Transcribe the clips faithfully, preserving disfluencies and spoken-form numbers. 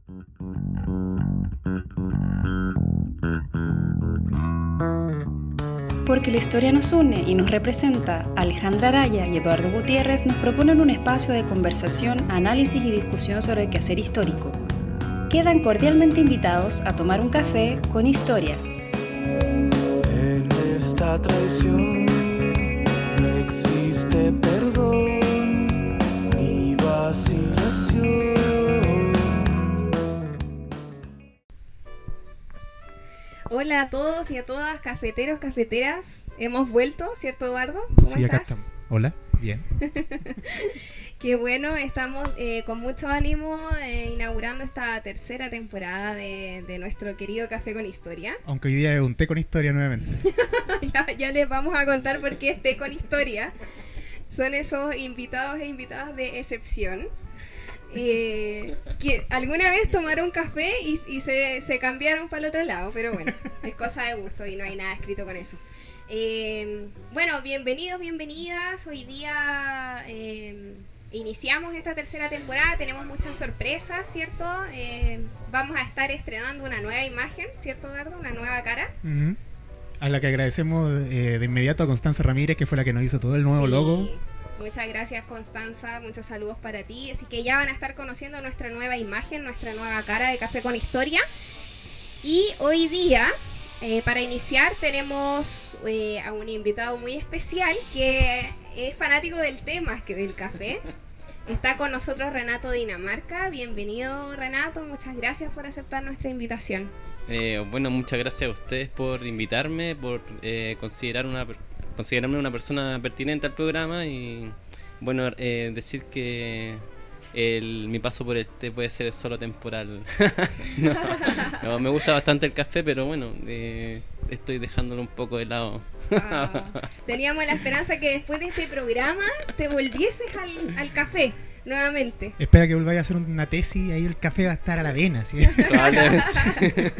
Porque la historia nos une y nos representa, Alejandra Araya y Eduardo Gutiérrez nos proponen un espacio de conversación, análisis y discusión sobre el quehacer histórico. Quedan cordialmente invitados a tomar un café con historia. En esta traición no existe perdón ni vacilación. Hola a todos y a todas, cafeteros, cafeteras. Hemos vuelto, ¿cierto, Eduardo? ¿Cómo Sí, acá estás? estamos. Hola, bien. Qué bueno, estamos eh, con mucho ánimo eh, inaugurando esta tercera temporada de, de nuestro querido Café con Historia. Aunque hoy día es un té con historia nuevamente. ya, ya les vamos a contar por qué esté con historia. Son esos invitados e invitadas de excepción. Eh, que alguna vez tomaron café y, y se, se cambiaron para el otro lado, pero bueno, es cosa de gusto y no hay nada escrito con eso. Eh, bueno, bienvenidos, bienvenidas. Hoy día eh, iniciamos esta tercera temporada, tenemos muchas sorpresas, ¿cierto? Eh, vamos a estar estrenando una nueva imagen, ¿cierto, Eduardo? Una nueva cara. Uh-huh. A la que agradecemos eh, de inmediato a Constanza Ramírez, que fue la que nos hizo todo el nuevo Sí. logo. Muchas gracias, Constanza, muchos saludos para ti. Así que ya van a estar conociendo nuestra nueva imagen, nuestra nueva cara de Café con Historia. Y hoy día, eh, para iniciar, tenemos eh, a un invitado muy especial que es fanático del té más que del café. Está con nosotros Renato Dinamarca. Bienvenido, Renato, muchas gracias por aceptar nuestra invitación. Eh, bueno, muchas gracias a ustedes por invitarme, por eh, considerar una considerarme una persona pertinente al programa y bueno, eh, decir que el, mi paso por el té puede ser solo temporal. no, no, me gusta bastante el café, pero bueno, eh, estoy dejándolo un poco de lado. Ah, teníamos la esperanza que después de este programa te volvieses al, al café nuevamente. Espera que volváis a hacer una tesis, ahí el café va a estar a la vena, ¿sí? Probablemente.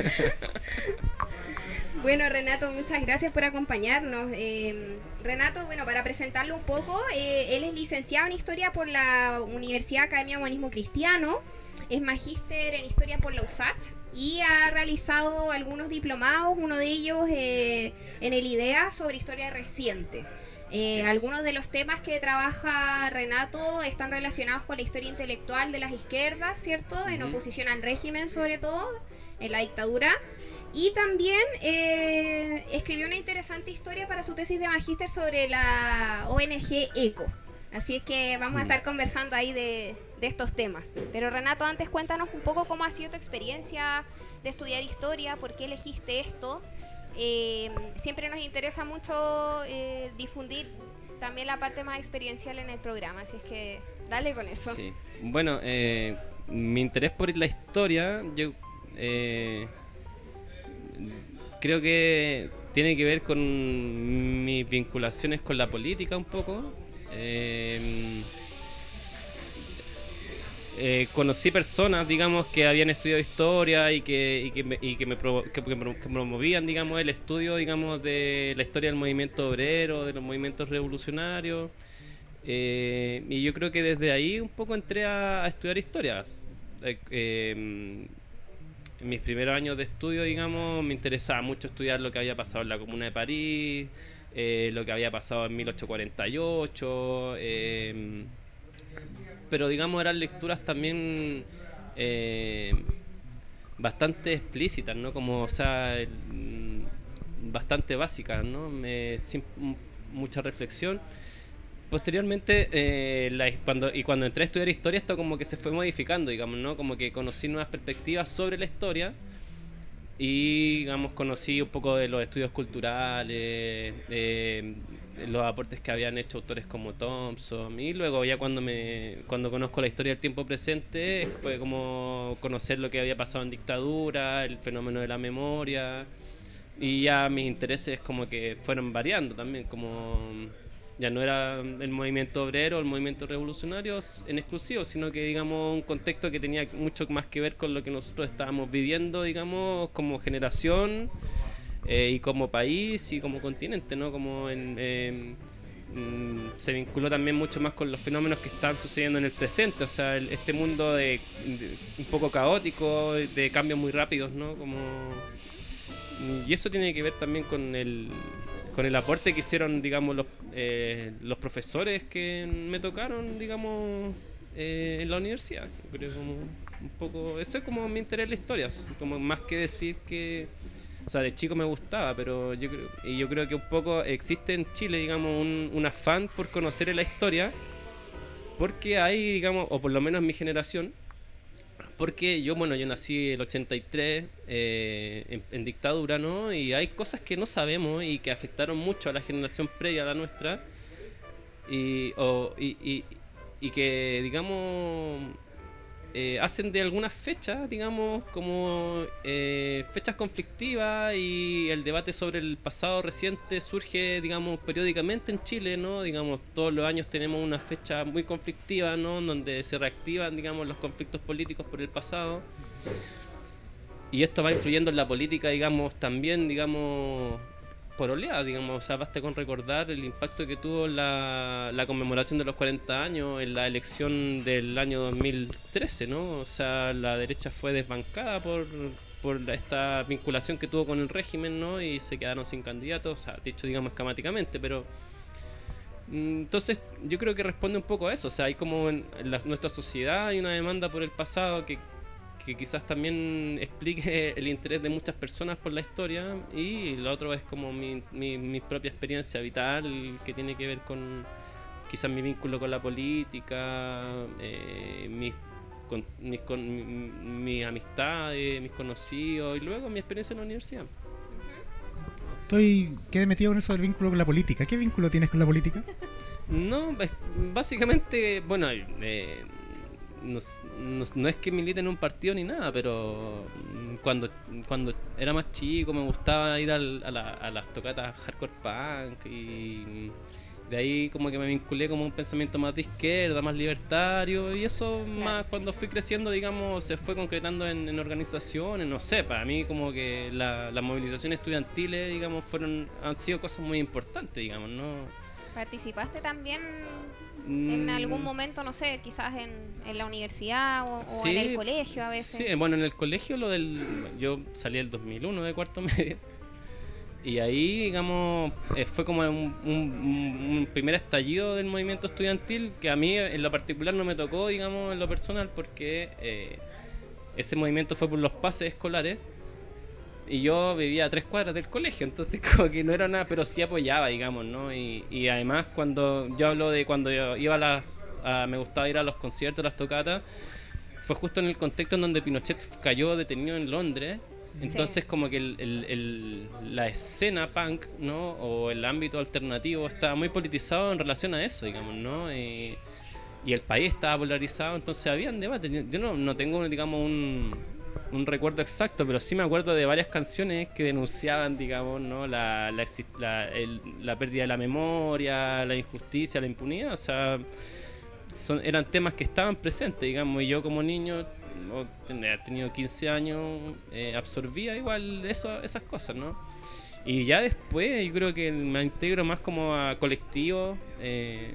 Bueno, Renato, muchas gracias por acompañarnos. Eh, Renato, bueno, para presentarlo un poco, eh, él es licenciado en Historia por la Universidad Academia de Humanismo Cristiano, es magíster en Historia por la U S A Ch y ha realizado algunos diplomados, uno de ellos eh, en el IDEA sobre Historia Reciente. Eh, algunos de los temas que trabaja Renato están relacionados con la historia intelectual de las izquierdas, ¿cierto? Uh-huh. En oposición al régimen, sobre todo, en la dictadura. Y también eh, escribió una interesante historia para su tesis de magíster sobre la O N G ECO. Así es que vamos a estar conversando ahí de, de estos temas. Pero Renato, antes cuéntanos un poco cómo ha sido tu experiencia de estudiar historia, por qué elegiste esto. Eh, siempre nos interesa mucho eh, difundir también la parte más experiencial en el programa, así es que dale con eso. Sí. Bueno, eh, mi interés por la historia, yo... Eh, creo que tiene que ver con mis vinculaciones con la política un poco. Eh, eh, conocí personas, digamos, que habían estudiado historia y que y que me, y que me provo- que, que pro- que promovían, digamos, el estudio, digamos, de la historia del movimiento obrero, de los movimientos revolucionarios. Eh, y yo creo que desde ahí un poco entré a, a estudiar historias. Eh, eh, En mis primeros años de estudio, digamos, me interesaba mucho estudiar lo que había pasado en la Comuna de París, eh, lo que había pasado en mil ochocientos cuarenta y ocho, eh, pero digamos eran lecturas también eh, bastante explícitas, ¿no? Como, o sea, el, bastante básicas, ¿no? Me, sin mucha reflexión. Posteriormente, eh, la, cuando, y cuando entré a estudiar historia, esto como que se fue modificando, digamos, ¿no? Como que conocí nuevas perspectivas sobre la historia y, digamos, conocí un poco de los estudios culturales, eh, los aportes que habían hecho autores como Thompson, y luego ya cuando me cuando conozco la historia del tiempo presente fue como conocer lo que había pasado en dictadura, el fenómeno de la memoria, y ya mis intereses como que fueron variando también, como... Ya no era el movimiento obrero, el movimiento revolucionario en exclusivo, sino que, digamos, un contexto que tenía mucho más que ver con lo que nosotros estábamos viviendo, digamos, como generación eh, y como país y como continente, ¿no? Como en, eh, mm, se vinculó también mucho más con los fenómenos que están sucediendo en el presente, o sea, el- este mundo de, de- un poco caótico, de cambios muy rápidos, ¿no? Como, y eso tiene que ver también con el, con el aporte que hicieron, digamos, los, eh, los profesores que me tocaron, digamos, eh, en la universidad. Creo como un poco, eso es como mi interés en la historia, como más que decir que, o sea, de chico me gustaba, pero yo creo, y yo creo que un poco existe en Chile, digamos, un, un afán por conocer la historia, porque hay, digamos, o por lo menos en mi generación, porque yo, bueno, yo nací el ochenta y tres eh, en, en dictadura, ¿no? Y hay cosas que no sabemos y que afectaron mucho a la generación previa a la nuestra, y, o, y, y, y que, digamos, eh, hacen de algunas fechas, digamos, como eh, fechas conflictivas, y el debate sobre el pasado reciente surge, digamos, periódicamente en Chile, ¿no? Digamos, todos los años tenemos una fecha muy conflictiva, ¿no? Donde se reactivan, digamos, los conflictos políticos por el pasado. Y esto va influyendo en la política, digamos, también, digamos, por oleada, digamos, o sea, basta con recordar el impacto que tuvo la, la conmemoración de los cuarenta años en la elección del año dos mil trece, ¿no? O sea, la derecha fue desbancada por, por la- esta vinculación que tuvo con el régimen, ¿no? Y se quedaron sin candidatos, o sea, dicho, digamos, esquemáticamente, pero... mm, Entonces, yo creo que responde un poco a eso, o sea, hay como en la- nuestra sociedad hay una demanda por el pasado que que quizás también explique el interés de muchas personas por la historia, y lo otro es como mi, mi, mi propia experiencia vital que tiene que ver con quizás mi vínculo con la política, eh, mis, con, mis, con, mi- mis amistades, mis conocidos, y luego mi experiencia en la universidad. Estoy quedé metido en eso del vínculo con la política. ¿Qué vínculo tienes con la política? No, es- básicamente, bueno, eh, no, s- no s- no es que milite en un partido ni nada, pero mm, cuando cuando era más chico me gustaba ir al- a, la- a las tocatas hardcore punk, y de ahí como que me vinculé como a un pensamiento más de izquierda, más libertario, y eso más cuando fui creciendo, digamos, se fue concretando en, en organizaciones, no sé, para mí como que la- las movilizaciones estudiantiles, digamos, fueron han sido cosas muy importantes, digamos, ¿no? ¿Participaste también en Mm, algún momento, no sé, quizás en, en la universidad o, o Sí, en el colegio a veces? Sí, bueno, en el colegio lo del... Yo salí el dos mil uno de cuarto medio. Y ahí, digamos, eh, fue como un, un- un primer estallido del movimiento estudiantil que a mí en lo particular no me tocó, digamos, en lo personal, porque eh, ese movimiento fue por los pases escolares y yo vivía a tres cuadras del colegio, entonces como que no era nada, pero sí apoyaba, digamos, ¿no? Y, y además cuando yo hablo de cuando yo iba a las... a- me gustaba ir a los conciertos, las tocatas, fue justo en el contexto en donde Pinochet cayó detenido en Londres. Entonces Sí. como que el, el- el- la escena punk, ¿no? O el ámbito alternativo estaba muy politizado en relación a eso, digamos, ¿no? Y, y el país estaba polarizado, entonces habían debates. Yo no, no tengo, digamos, un, un recuerdo exacto, pero sí me acuerdo de varias canciones que denunciaban, digamos, ¿no? La, la, exis- la, el- la pérdida de la memoria, la injusticia, la impunidad, o sea... Son, eran temas que estaban presentes, digamos, y yo como niño, no, tenía tenido quince años, eh, absorbía igual eso, esas cosas, ¿no? Y ya después yo creo que me integro más como a colectivos eh,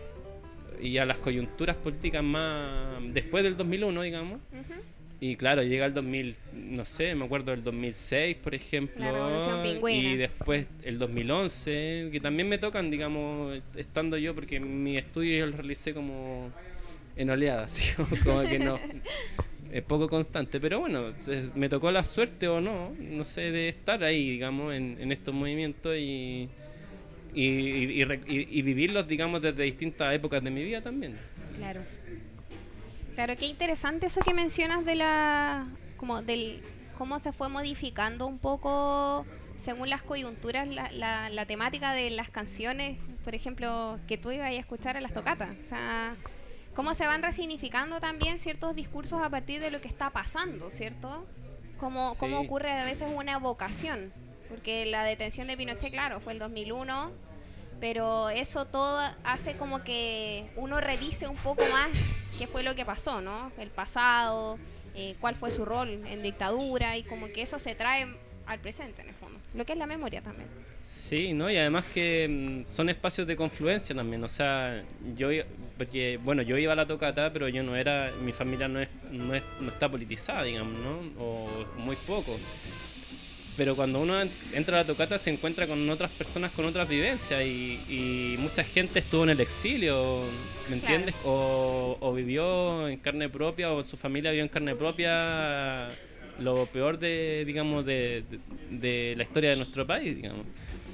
y a las coyunturas políticas más después del dos mil uno, digamos. Ujú. Y claro, llega el dos mil, no sé, me acuerdo del dos mil seis, por ejemplo. La Revolución Pingüina. Y después el dos mil once, que también me tocan, digamos, estando yo, porque mi estudio yo lo realicé como en oleadas, así como, como que no, es poco constante. Pero bueno, se- me tocó la suerte o no, no sé, de estar ahí, digamos, en, en estos movimientos y, y, y, y re- y- y vivirlos, digamos, desde distintas épocas de mi vida también. Claro. Claro, qué interesante eso que mencionas de la, como del, cómo se fue modificando un poco según las coyunturas la, la, la temática de las canciones, por ejemplo, que tú ibas a escuchar a las tocatas. O sea, cómo se van resignificando también ciertos discursos a partir de lo que está pasando, ¿cierto? Cómo, Sí. cómo ocurre a veces una evocación, porque la detención de Pinochet, claro, fue el dos mil uno, pero eso todo hace como que uno revise un poco más qué fue lo que pasó, ¿no? El pasado, eh, cuál fue su rol en dictadura, y como que eso se trae al presente en el fondo, lo que es la memoria también. Sí, ¿no? Y además que mm, son espacios de confluencia también, o sea, yo, i- porque, bueno, yo iba a la tocata, pero yo no era, mi familia no es, no es, no está politizada, digamos, ¿no? O muy poco. Pero cuando uno en- entra a la tocata se encuentra con otras personas con otras vivencias y, y mucha gente estuvo en el exilio, ¿me Claro. entiendes? O, o vivió en carne propia o su familia vivió en carne propia lo peor de, digamos, de, de, de la historia de nuestro país, digamos.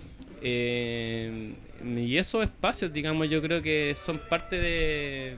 Eh, y esos espacios, digamos, yo creo que son parte de,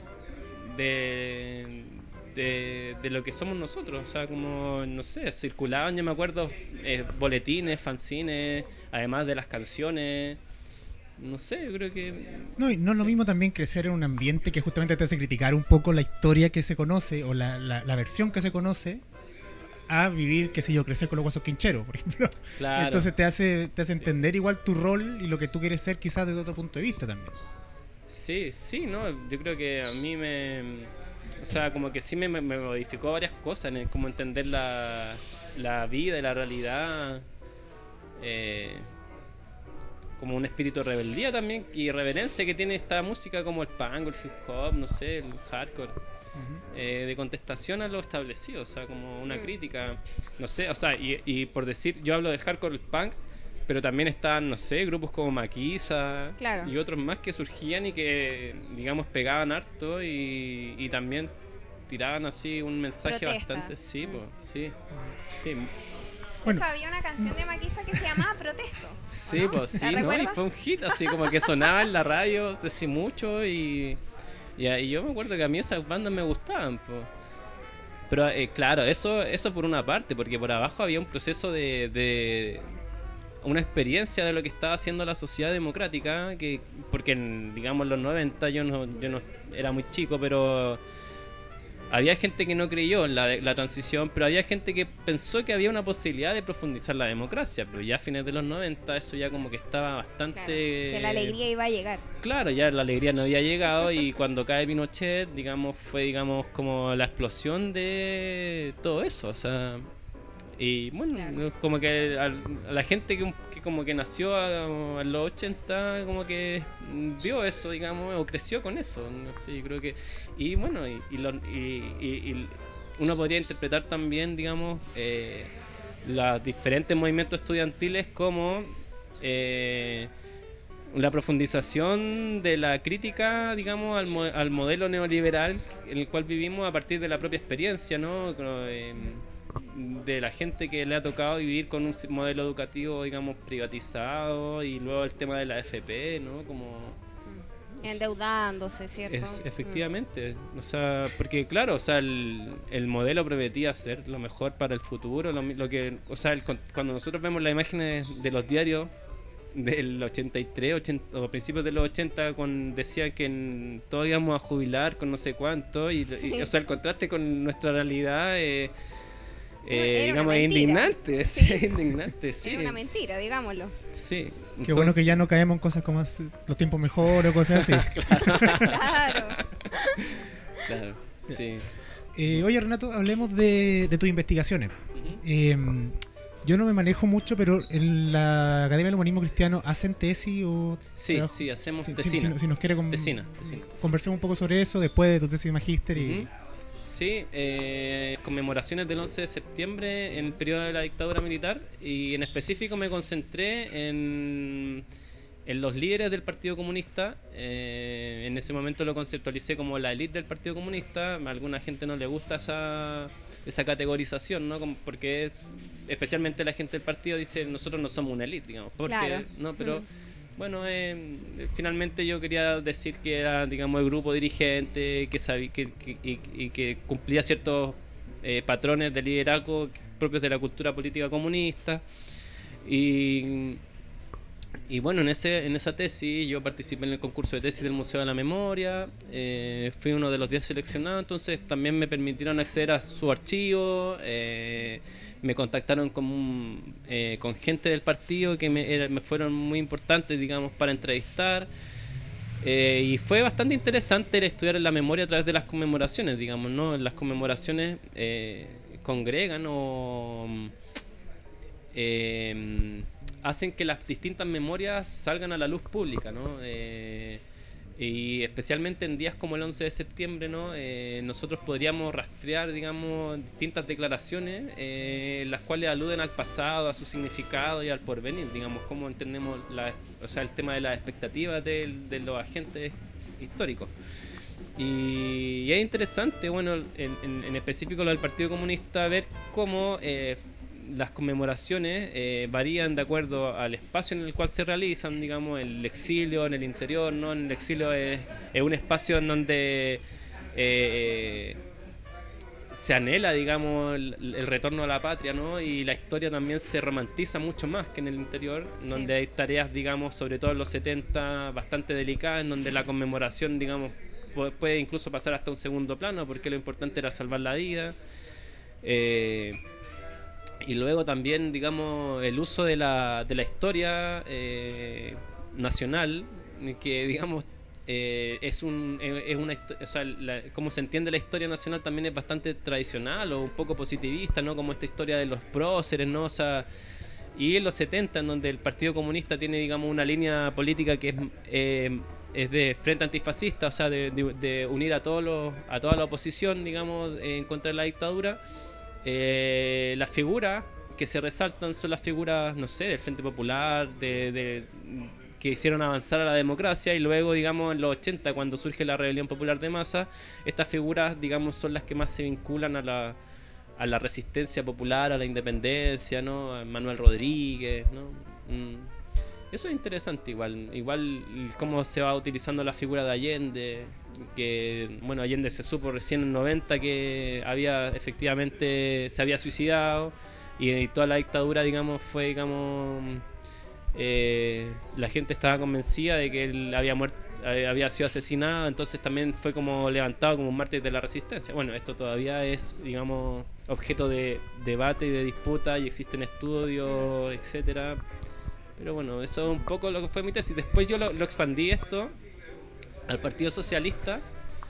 de, de, de lo que somos nosotros. O sea, como, no sé, circulaban, yo me acuerdo, eh, boletines, fanzines, además de las canciones. No sé, yo creo que... No, y no es lo Sí. mismo también crecer en un ambiente que justamente te hace criticar un poco la historia que se conoce o la, la, la versión que se conoce a vivir, qué sé yo, crecer con los huesos quincheros, por ejemplo. Claro. Entonces te hace, te hace Sí. entender igual tu rol y lo que tú quieres ser quizás desde otro punto de vista también. Sí, sí, ¿no? Yo creo que a mí me... O sea, como que sí me, me modificó varias cosas, en el cómo entender la, la vida y la realidad. Eh, como un espíritu de rebeldía también y irreverencia que tiene esta música como el punk, el hip hop, no sé, el hardcore. Eh, de contestación a lo establecido, o sea, como una Mm. crítica, no sé, o sea, y, y por decir, yo hablo de hardcore, el punk, pero también están, no sé, grupos como Maquisa Claro. y otros más que surgían y que, digamos, pegaban harto y, y también tiraban así un mensaje Protesta. bastante, sí, Mm. pues, sí, sí, De Bueno. hecho, había una canción de Maquisa que se llamaba Protesto. sí, ¿no? pues, sí, ¿La ¿no? Y recuerdas? fue un hit, así como que sonaba en la radio desde mucho y, y, y yo me acuerdo que a mí esas bandas me gustaban, pues. Pero eh, claro, eso eso por una parte, porque por abajo había un proceso de, de una experiencia de lo que estaba haciendo la sociedad democrática, que porque en, digamos, los noventa yo no, yo no era muy chico, pero había gente que no creyó en la, la transición, pero había gente que pensó que había una posibilidad de profundizar la democracia, pero ya a fines de los noventa eso ya como que estaba bastante... Claro, que la alegría iba a llegar. Claro, ya la alegría no había llegado y cuando cae Pinochet, digamos, fue, digamos, como la explosión de todo eso, o sea, y bueno, Claro. como que al- a la gente que, que como que nació a, a los ochenta, como que vio eso, digamos, o creció con eso, no sé, yo creo que, y bueno, y, y, lo- y- y- y uno podría interpretar también, digamos, eh, los diferentes movimientos estudiantiles como... eh, la profundización de la crítica, digamos, al, mo- al modelo neoliberal en el cual vivimos a partir de la propia experiencia, ¿no? Como, eh, de la gente que le ha tocado vivir con un si- modelo educativo, digamos, privatizado y luego el tema de la F P, ¿no? Como Endeudándose, ¿cierto? es, Mm. efectivamente, o sea, porque claro, o sea, el, el modelo prometía ser lo mejor para el futuro, lo, mi- lo que, o sea, el con- cuando nosotros vemos las imágenes de los diarios del ochenta y tres, ochenta, o principios de los ochenta, con, decían que en- todos íbamos a jubilar con no sé cuánto, y, Sí. y, o sea, el contraste con nuestra realidad, eh, eh, Era una digamos, es mentira. indignante, sí, es indignante, sí, Era una mentira, digámoslo. sí. Qué bueno que ya no caemos en cosas como es- los tiempos mejores o cosas así. Claro. Claro, sí. Eh, oye, Renato, hablemos de, de tus investigaciones. Ujú. Eh, yo no me manejo mucho, pero en la Academia del Humanismo Cristiano hacen tesis o... Sí, trabajo? sí, hacemos Si, si- tesina. si- si nos quiere con- Tesina, tesina. conversemos un poco sobre eso después de tu tesis de magíster y... Ujú. Sí, eh, conmemoraciones del once de septiembre en el periodo de la dictadura militar y en específico me concentré en, en los líderes del Partido Comunista. Eh, en ese momento lo conceptualicé como la élite del Partido Comunista. A alguna gente no le gusta esa, esa categorización, ¿no? Como porque es, especialmente la gente del partido dice nosotros no somos una élite, digamos. Porque, Claro. ¿no? Pero... Mm. Bueno, eh, finalmente yo quería decir que era, digamos, el grupo dirigente que sabía que, que- y, y que cumplía ciertos eh, patrones de liderazgo propios de la cultura política comunista. Y, y bueno, en ese en esa tesis yo participé en el concurso de tesis del Museo de la Memoria, eh, fui uno de los diez seleccionados, entonces también me permitieron acceder a su archivo. eh, Me contactaron con, un- eh, con gente del partido que me, era- me fueron muy importantes, digamos, para entrevistar. Eh, y fue bastante interesante el estudiar la memoria a través de las conmemoraciones, digamos, ¿no? Las conmemoraciones eh, congregan o, eh, hacen que las distintas memorias salgan a la luz pública, ¿no? Eh, y especialmente en días como el once de septiembre, ¿no? Eh, nosotros podríamos rastrear, digamos, distintas declaraciones, eh, las cuales aluden al pasado, a su significado y al porvenir, digamos, cómo entendemos la, o sea, el tema de las expectativas de, de los agentes históricos. Y, y es interesante, bueno, en, en, en específico lo del Partido Comunista, ver cómo eh, las conmemoraciones eh, varían de acuerdo al espacio en el cual se realizan, digamos, el exilio, en el interior, ¿no? En el exilio es, es un espacio en donde eh, se anhela, digamos, el, el retorno a la patria, ¿no? Y la historia también se romantiza mucho más que en el interior, sí. Donde hay tareas, digamos, sobre todo en los setenta, bastante delicadas, en donde la conmemoración, digamos, puede, puede incluso pasar hasta un segundo plano, porque lo importante era salvar la vida. Eh, Y luego también, digamos, el uso de la, de la historia eh, nacional, que, digamos, eh, es, un, es una... O sea, la, como se entiende la historia nacional también es bastante tradicional o un poco positivista, ¿no? Como esta historia de los próceres, ¿no? O sea, y en los setenta, en donde el Partido Comunista tiene, digamos, una línea política que es... Eh, es de frente antifascista, o sea, de, de, de unir a, todos los, a toda la oposición, digamos, en contra de la dictadura. Eh, las figuras que se resaltan son las figuras, no sé, del Frente Popular, de, de, que hicieron avanzar a la democracia, y luego, digamos, en los ochenta, cuando surge la rebelión popular de masa, estas figuras, digamos, son las que más se vinculan a la, a la resistencia popular, a la independencia, ¿no? A Manuel Rodríguez, ¿no? Mm. Eso es interesante, igual, igual cómo se va utilizando la figura de Allende, que, bueno, Allende se supo recién en noventa que había efectivamente se había suicidado, y, y toda la dictadura, digamos, fue, digamos, eh, la gente estaba convencida de que él había muerto, había sido asesinado, entonces también fue como levantado como un mártir de la resistencia. Bueno, esto todavía es, digamos, objeto de debate y de disputa, y existen estudios, etcétera. Pero bueno, eso es un poco lo que fue mi tesis. Después yo lo, lo expandí esto al Partido Socialista,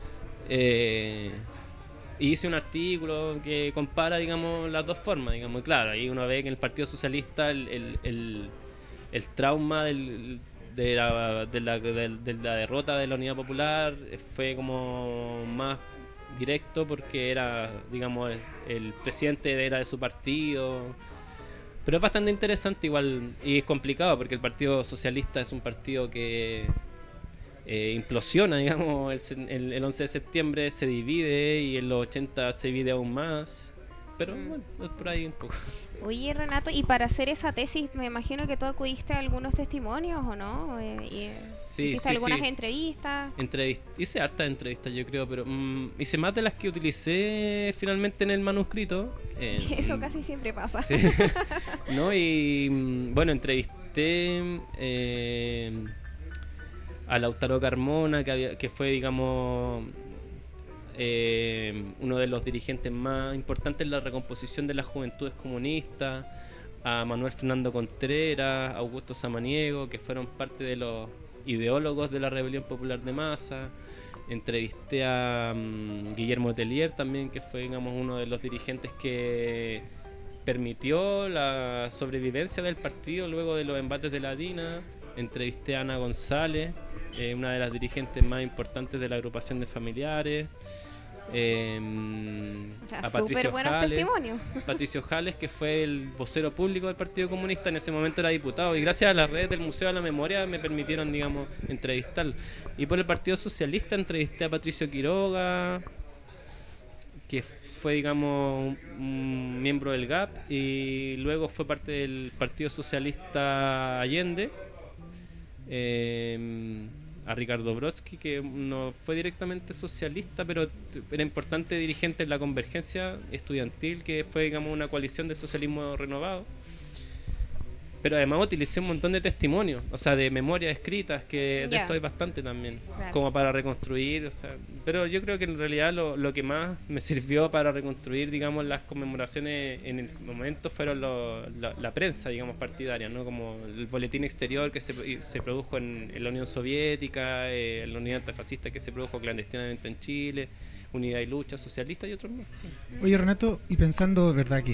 eh, y hice un artículo que compara, digamos, las dos formas, digamos. Y claro, ahí uno ve que en el Partido Socialista el, el, el, el trauma del, de, la, de, la, de, de la derrota de la Unidad Popular fue como más directo, porque era, digamos, el, el presidente era de su partido. Pero es bastante interesante igual, y es complicado porque el Partido Socialista es un partido que eh, implosiona, digamos, el, el, el once de septiembre se divide, y en los ochenta se divide aún más. Pero bueno, es por ahí un poco. Oye, Renato, y para hacer esa tesis me imagino que tú acudiste a algunos testimonios, ¿o no? Eh, y, sí, ¿Hiciste sí, algunas sí. entrevistas? Entrevist hice hartas entrevistas, yo creo, pero mm, hice más de las que utilicé finalmente en el manuscrito. Eh, Eso casi siempre pasa. Sí. No, y mm, bueno, entrevisté eh, a Lautaro Carmona, que, había, que fue, digamos... Eh, uno de los dirigentes más importantes en la recomposición de las juventudes comunistas, a Manuel Fernando Contreras, a Augusto Samaniego, que fueron parte de los ideólogos de la rebelión popular de masa. Entrevisté a um, Guillermo Tellier también, que fue, digamos, uno de los dirigentes que permitió la sobrevivencia del partido luego de los embates de la DINA. Entrevisté a Ana González, eh, una de las dirigentes más importantes de la agrupación de familiares. Eh, o sea, a Patricio buenos Jales, testimonios. Patricio Jales, que fue el vocero público del Partido Comunista, en ese momento era diputado, y gracias a las redes del Museo de la Memoria me permitieron, digamos, entrevistarlo. Y por el Partido Socialista entrevisté a Patricio Quiroga, que fue, digamos, un, un miembro del G A P, y luego fue parte del Partido Socialista Allende. Eh, a Ricardo Brodsky, que no fue directamente socialista, pero era importante dirigente en la Convergencia Estudiantil, que fue, digamos, una coalición del socialismo renovado. Pero además utilicé un montón de testimonios, o sea, de memorias escritas, que de yeah. eso hay bastante también, claro. Como para reconstruir, o sea, pero yo creo que en realidad lo, lo que más me sirvió para reconstruir, digamos, las conmemoraciones en el momento fueron lo, la, la prensa, digamos, partidaria, ¿no? Como el boletín exterior que se, se produjo en, en la Unión Soviética, eh, la Unidad Antifascista que se produjo clandestinamente en Chile, Unidad y Lucha Socialista y otros más. Oye, Renato, y pensando, ¿verdad? Que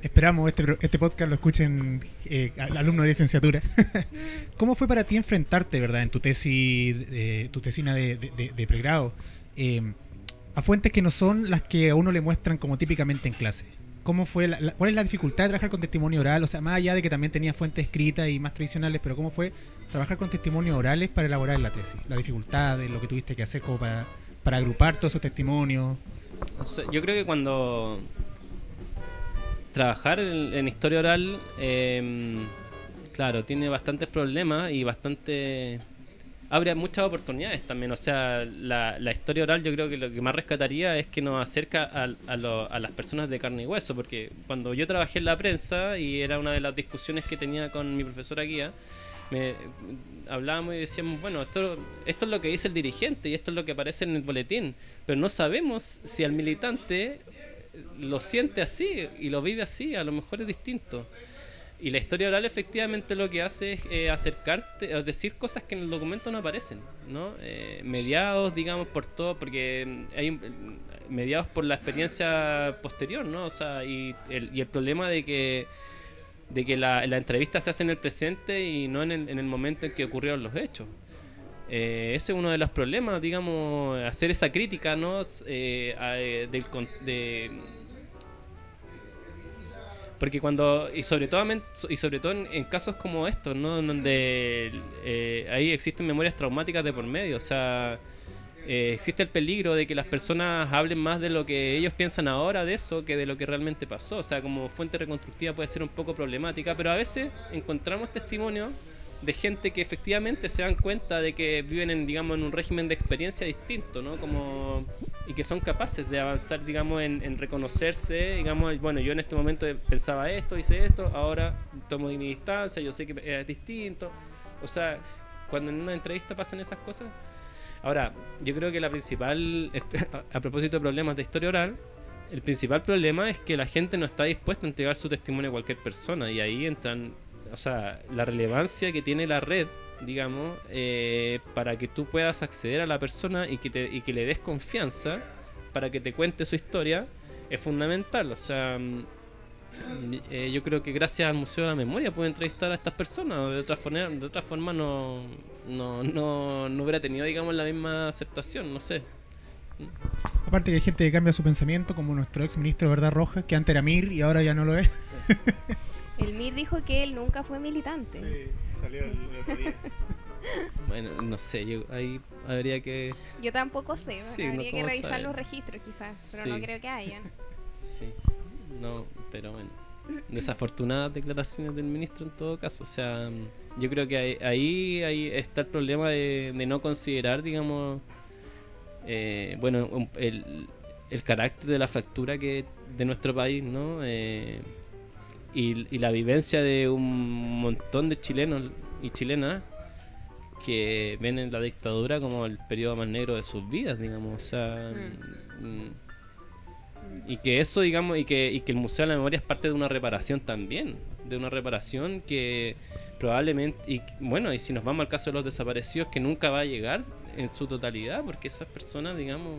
esperamos este, pro- este podcast lo escuchen eh, al- alumnos de licenciatura. ¿Cómo fue para ti enfrentarte, verdad, en tu tesis, eh, tu tesina de, de, de- de pregrado, eh, a fuentes que no son las que a uno le muestran como típicamente en clase? ¿Cómo fue la- la- ¿Cuál es la dificultad de trabajar con testimonio oral? O sea, más allá de que también tenía fuentes escritas y más tradicionales, pero ¿cómo fue trabajar con testimonios orales para elaborar la tesis? La dificultad de lo que tuviste que hacer como para, para agrupar todos esos testimonios. O sea, yo creo que cuando trabajar en, en historia oral, eh, claro, tiene bastantes problemas y bastante abre muchas oportunidades también. O sea, la, la historia oral yo creo que lo que más rescataría es que nos acerca a, a, lo, a las personas de carne y hueso, porque cuando yo trabajé en la prensa y era una de las discusiones que tenía con mi profesora guía, me hablábamos y decíamos, bueno, esto, esto es lo que dice el dirigente y esto es lo que aparece en el boletín, pero no sabemos si al militante lo siente así y lo vive así, a lo mejor es distinto. Y la historia oral efectivamente lo que hace es eh, acercarte, es decir cosas que en el documento no aparecen, ¿no? Eh, mediados, digamos, por todo, porque hay un- mediados por la experiencia posterior, ¿no? O sea, y el, y el problema de que de que la, la entrevista se hace en el presente y no en el, en el momento en que ocurrieron los hechos. Eh, ese es uno de los problemas, digamos, hacer esa crítica, ¿no? Eh, a- eh, del, con- de, porque cuando, y sobre todo, y sobre todo en, en casos como estos, ¿no? En donde eh, ahí existen memorias traumáticas de por medio, o sea, eh, existe el peligro de que las personas hablen más de lo que ellos piensan ahora de eso que de lo que realmente pasó. O sea, como fuente reconstructiva puede ser un poco problemática, pero a veces encontramos testimonios de gente que efectivamente se dan cuenta de que viven en, digamos, en un régimen de experiencia distinto, ¿no? Como, y que son capaces de avanzar, digamos, en, en reconocerse, digamos, bueno, yo en este momento pensaba esto, hice esto, ahora tomo mi distancia, yo sé que es distinto. O sea, cuando en una entrevista pasan esas cosas. Ahora, yo creo que la principal, a propósito de problemas de historia oral, el principal problema es que la gente no está dispuesta a entregar su testimonio a cualquier persona, y ahí entran, o sea, la relevancia que tiene la red, digamos, eh, para que tú puedas acceder a la persona y que, te, y que le des confianza para que te cuente su historia, es fundamental. O sea, eh, yo creo que gracias al Museo de la Memoria puedo entrevistar a estas personas. De otra forma, de otra forma no, no, no, no hubiera tenido, digamos, la misma aceptación, no sé. Aparte que hay gente que cambia su pensamiento, como nuestro ex ministro de Verdad Roja, que antes era Mir y ahora ya no lo es. El Mir dijo que él nunca fue militante. Sí, salió el otro día. Bueno, no sé, yo ahí habría que... Yo tampoco sé, Sí, habría no que podemos revisar saber. los registros quizás, pero Sí. no creo que hayan. Sí, no, pero bueno. Desafortunadas declaraciones del ministro en todo caso. O sea, yo creo que ahí, ahí, ahí está el problema de, de no considerar, digamos, eh, bueno, un- el, el carácter de la fractura que de nuestro país, ¿no? Eh, y, y la vivencia de un montón de chilenos y chilenas que ven en la dictadura como el periodo más negro de sus vidas, digamos. O sea, mm, y que eso, digamos, y que, y que el Museo de la Memoria es parte de una reparación también, de una reparación que probablemente, y bueno, y si nos vamos al caso de los desaparecidos, que nunca va a llegar en su totalidad, porque esas personas, digamos,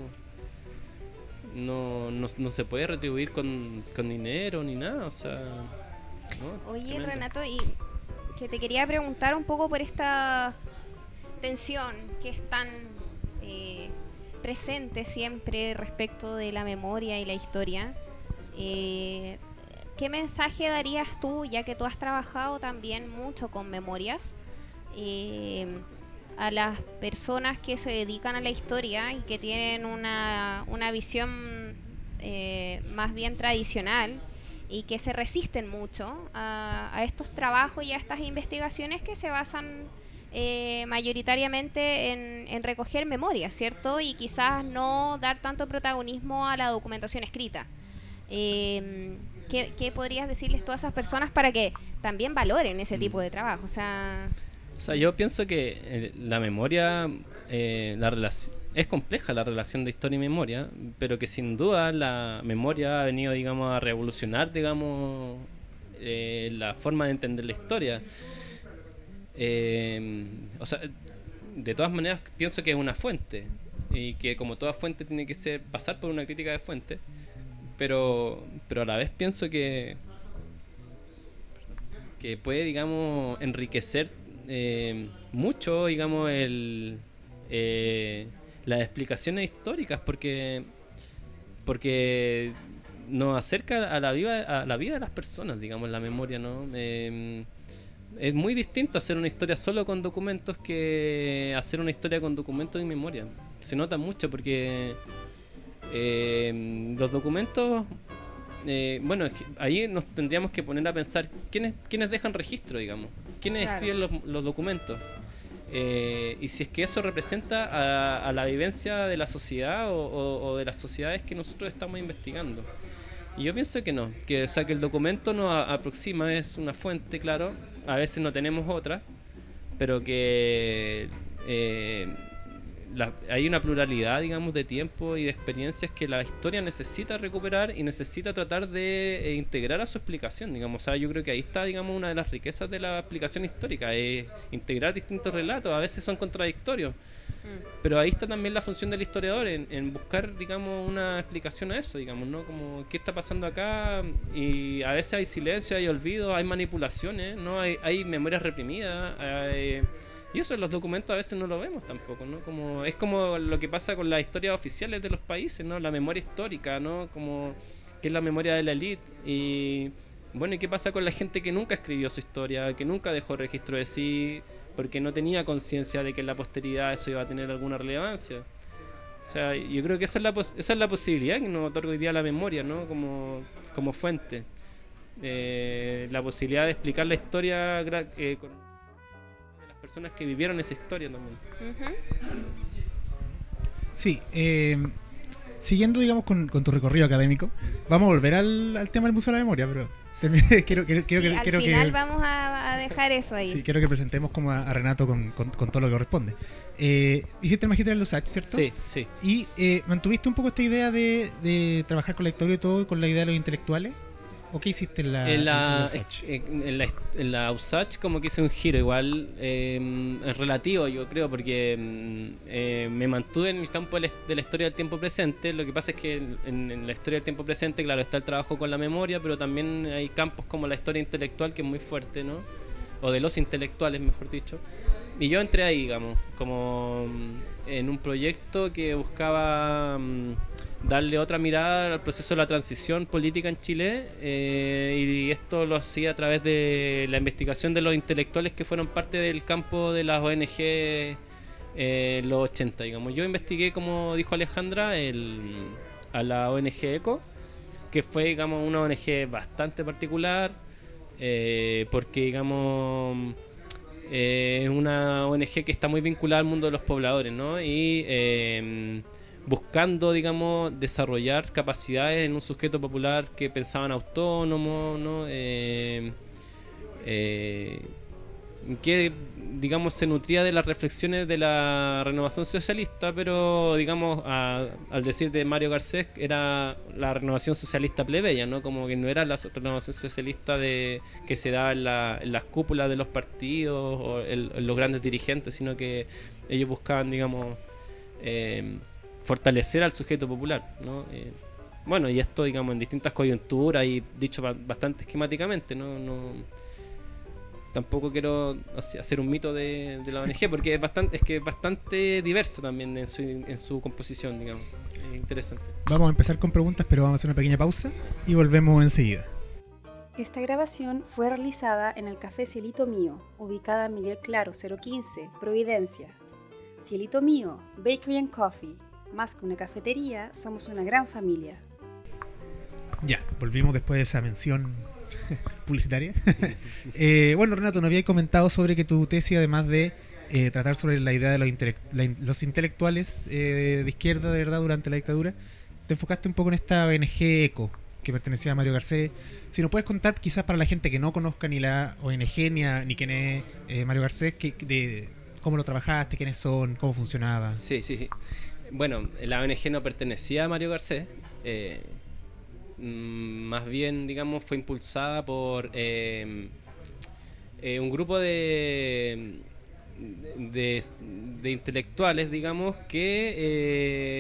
no, no, no se puede retribuir con, con dinero ni nada, o sea, ¿no? Oye, Tremendo. Renato, y que te quería preguntar un poco por esta tensión que es tan eh, presente siempre respecto de la memoria y la historia. Eh, ¿Qué mensaje darías tú, ya que tú has trabajado también mucho con memorias, eh, a las personas que se dedican a la historia y que tienen una, una visión eh, más bien tradicional y que se resisten mucho a, a estos trabajos y a estas investigaciones que se basan eh, mayoritariamente en, en recoger memorias, ¿cierto? Y quizás no dar tanto protagonismo a la documentación escrita. Eh, ¿qué, ¿Qué podrías decirles a todas esas personas para que también valoren ese Mm. tipo de trabajo? O sea... O sea, yo pienso que eh, la memoria, eh, la relac- es compleja la relación de historia y memoria, pero que sin duda la memoria ha venido, digamos, a revolucionar, digamos, eh, la forma de entender la historia. Eh, o sea, de todas maneras pienso que es una fuente y que como toda fuente tiene que ser pasar por una crítica de fuente, pero, pero a la vez pienso que que puede, digamos, enriquecer eh, mucho, digamos, el, eh, las explicaciones históricas, porque porque nos acerca a la vida, a la vida de las personas, digamos, la memoria, ¿no? Eh, es muy distinto hacer una historia solo con documentos que hacer una historia con documentos y memoria. Se nota mucho porque eh, los documentos, eh, bueno, es que ahí nos tendríamos que poner a pensar quiénes, quiénes dejan registro, digamos, quiénes Claro. escriben los, los documentos. Eh, y si es que eso representa a, a la vivencia de la sociedad o, o, o de las sociedades que nosotros estamos investigando. Y yo pienso que no, que, o sea, que el documento nos a- aproxima, es una fuente, claro, a veces no tenemos otra, pero que eh, la- hay una pluralidad, digamos, de tiempo y de experiencias que la historia necesita recuperar y necesita tratar de eh, integrar a su explicación, digamos. O sea, yo creo que ahí está, digamos, una de las riquezas de la explicación histórica, es integrar distintos relatos, a veces son contradictorios, pero ahí está también la función del historiador en, en buscar, digamos, una explicación a eso, digamos, ¿no? Como qué está pasando acá, y a veces hay silencio, hay olvido, hay manipulaciones, ¿no? Hay, hay memorias reprimidas, hay- y eso en los documentos a veces no lo vemos tampoco, ¿no? Como, es como lo que pasa con las historias oficiales de los países, ¿no? La memoria histórica, ¿no? Como que es la memoria de la élite. Y bueno, ¿y qué pasa con la gente que nunca escribió su historia, que nunca dejó registro de sí, porque no tenía conciencia de que en la posteridad eso iba a tener alguna relevancia? O sea, yo creo que esa es la, pos- esa es la posibilidad que nos otorga hoy día la memoria, ¿no? Como, como fuente. Eh, la posibilidad de explicar la historia gra- eh, con las personas que vivieron esa historia también. Ujú. Sí, eh, siguiendo, digamos, con, con tu recorrido académico, vamos a volver al, al tema del Museo de la Memoria, pero termi- quiero, quiero, quiero Sí, que, al quiero final que, vamos a, a dejar eso ahí. sí, quiero que presentemos como a, a Renato con, con, con todo lo que corresponde. Eh, hiciste el magíster en Lusach, ¿cierto? Sí, sí. Y eh, mantuviste un poco esta idea de, de trabajar con la historia y todo, y con la idea de los intelectuales. ¿O qué hiciste en la, En la, en Lusach? en, en la, en la USACH como que hice un giro igual, eh, es relativo yo creo, porque mm, eh, me mantuve en el campo de la, de la historia del tiempo presente. Lo que pasa es que en, en la historia del tiempo presente, claro, está el trabajo con la memoria, pero también hay campos como la historia intelectual, que es muy fuerte, ¿no? O de los intelectuales, mejor dicho. Y yo entré ahí, digamos, como mm, en un proyecto que buscaba mm, darle otra mirada al proceso de la transición política en Chile, eh, y esto lo hacía a través de la investigación de los intelectuales que fueron parte del campo de las O N G eh, en los ochenta, digamos. Yo investigué, como dijo Alejandra, el, a la O N G ECO, que fue, digamos, una O N G bastante particular, eh, porque, digamos, eh, es una O N G que está muy vinculada al mundo de los pobladores, ¿no? Y eh, buscando, digamos, desarrollar capacidades en un sujeto popular que pensaban autónomo, ¿no? Eh, eh, que, digamos, se nutría de las reflexiones de la renovación socialista, pero, digamos, a- al decir de Mario Garcés, era la renovación socialista plebeya, ¿no? Como que no era la so- renovación socialista de que se daba en, la- en las cúpulas de los partidos o en, en los grandes dirigentes, sino que ellos buscaban, digamos, eh, fortalecer al sujeto popular, ¿no? Eh, bueno, y esto, digamos, en distintas coyunturas y dicho ba- bastante esquemáticamente, ¿no? No tampoco quiero hace- hacer un mito de, de la O N G, porque es bastante, es que es bastante diversa también en su, en su composición, digamos. Es interesante. Vamos a empezar con preguntas, pero vamos a hacer una pequeña pausa y volvemos enseguida. Esta grabación fue realizada en el Café Cielito Mío, ubicada en Miguel Claro cero quince, Providencia. Cielito Mío, Bakery and Coffee. Más que una cafetería, somos una gran familia. Ya, volvimos después de esa mención publicitaria. Eh, bueno, Renato, nos habías comentado sobre que tu tesis, además de eh, tratar sobre la idea de los, intelect- la in- los intelectuales eh, de izquierda, de verdad, durante la dictadura, te enfocaste un poco en esta O N G ECO, que pertenecía a Mario Garcés. Si nos puedes contar, quizás para la gente que no conozca ni la O N G ni, a- ni quién es eh, Mario Garcés, que, de cómo lo trabajaste, quiénes son, cómo funcionaba. Sí, sí, sí. Bueno, la O N G no pertenecía a Mario Garcés. eh, mm, más bien, digamos, fue impulsada por eh, eh, un grupo de, de, de intelectuales, digamos, que eh,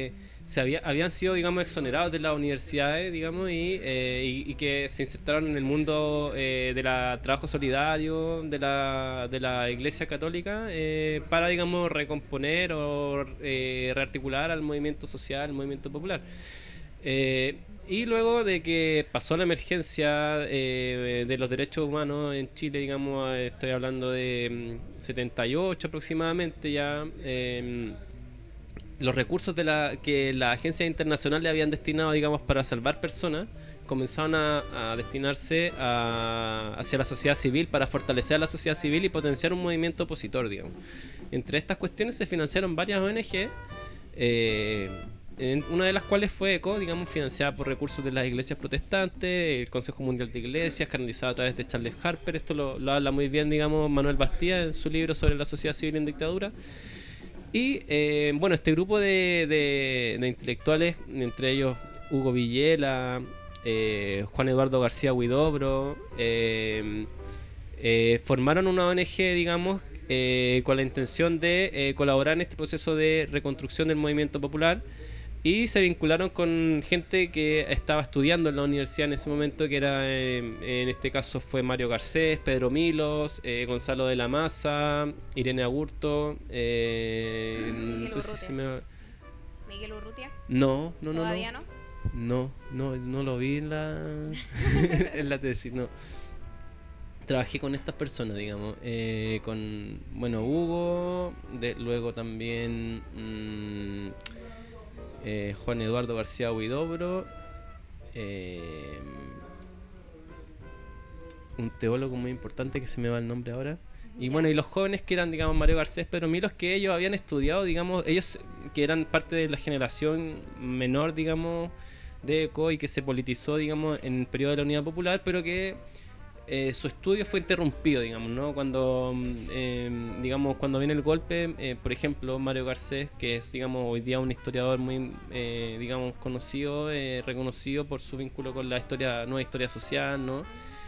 se había, habían sido, digamos, exonerados de las universidades, digamos, y, eh, y, y que se insertaron en el mundo eh, de la trabajo solidario de la, de la Iglesia Católica eh, para, digamos, recomponer o eh, rearticular al movimiento social, al movimiento popular. Eh, y luego de que pasó la emergencia eh, de los derechos humanos en Chile, digamos, eh, estoy hablando de mm, setenta y ocho aproximadamente ya, eh, los recursos de la que las agencias internacionales habían destinado, digamos, para salvar personas, comenzaron a, a destinarse a, hacia la sociedad civil, para fortalecer a la sociedad civil y potenciar un movimiento opositor, digamos. Entre estas cuestiones se financiaron varias O N G, eh, en una de las cuales fue ECO, digamos, financiada por recursos de las iglesias protestantes, el Consejo Mundial de Iglesias, canalizado a través de Charles Harper. Esto lo, lo habla muy bien, digamos, Manuel Bastía en su libro sobre la sociedad civil en dictadura. Y eh, bueno, este grupo de, de, de intelectuales, entre ellos Hugo Villela, eh, Juan Eduardo García Huidobro, eh, eh, formaron una O N G, digamos, eh, con la intención de eh, colaborar en este proceso de reconstrucción del movimiento popular, y se vincularon con gente que estaba estudiando en la universidad en ese momento, que era, eh, en este caso fue Mario Garcés, Pedro Milos, eh, Gonzalo de la Maza, Irene Aburto, eh, no sé si se me... Miguel Urrutia. No, no, no. ¿Todavía no? No, no, no lo vi en la, en la tesis, no. Trabajé con estas personas, digamos, eh, con, bueno, Hugo, de, luego también... Mmm, Eh, Juan Eduardo García Huidobro, eh, un teólogo muy importante que se me va el nombre ahora, y bueno, y los jóvenes que eran, digamos, Mario Garcés, Pedro Milos, que ellos habían estudiado, digamos, ellos que eran parte de la generación menor, digamos, de ECO, y que se politizó, digamos, en el periodo de la Unidad Popular, pero que Eh, su estudio fue interrumpido, digamos, ¿no? Cuando, eh, digamos, cuando viene el golpe, eh, por ejemplo, Mario Garcés, que es, digamos, hoy día un historiador muy, eh, digamos, conocido, eh, reconocido por su vínculo con la historia, nueva historia social, ¿no?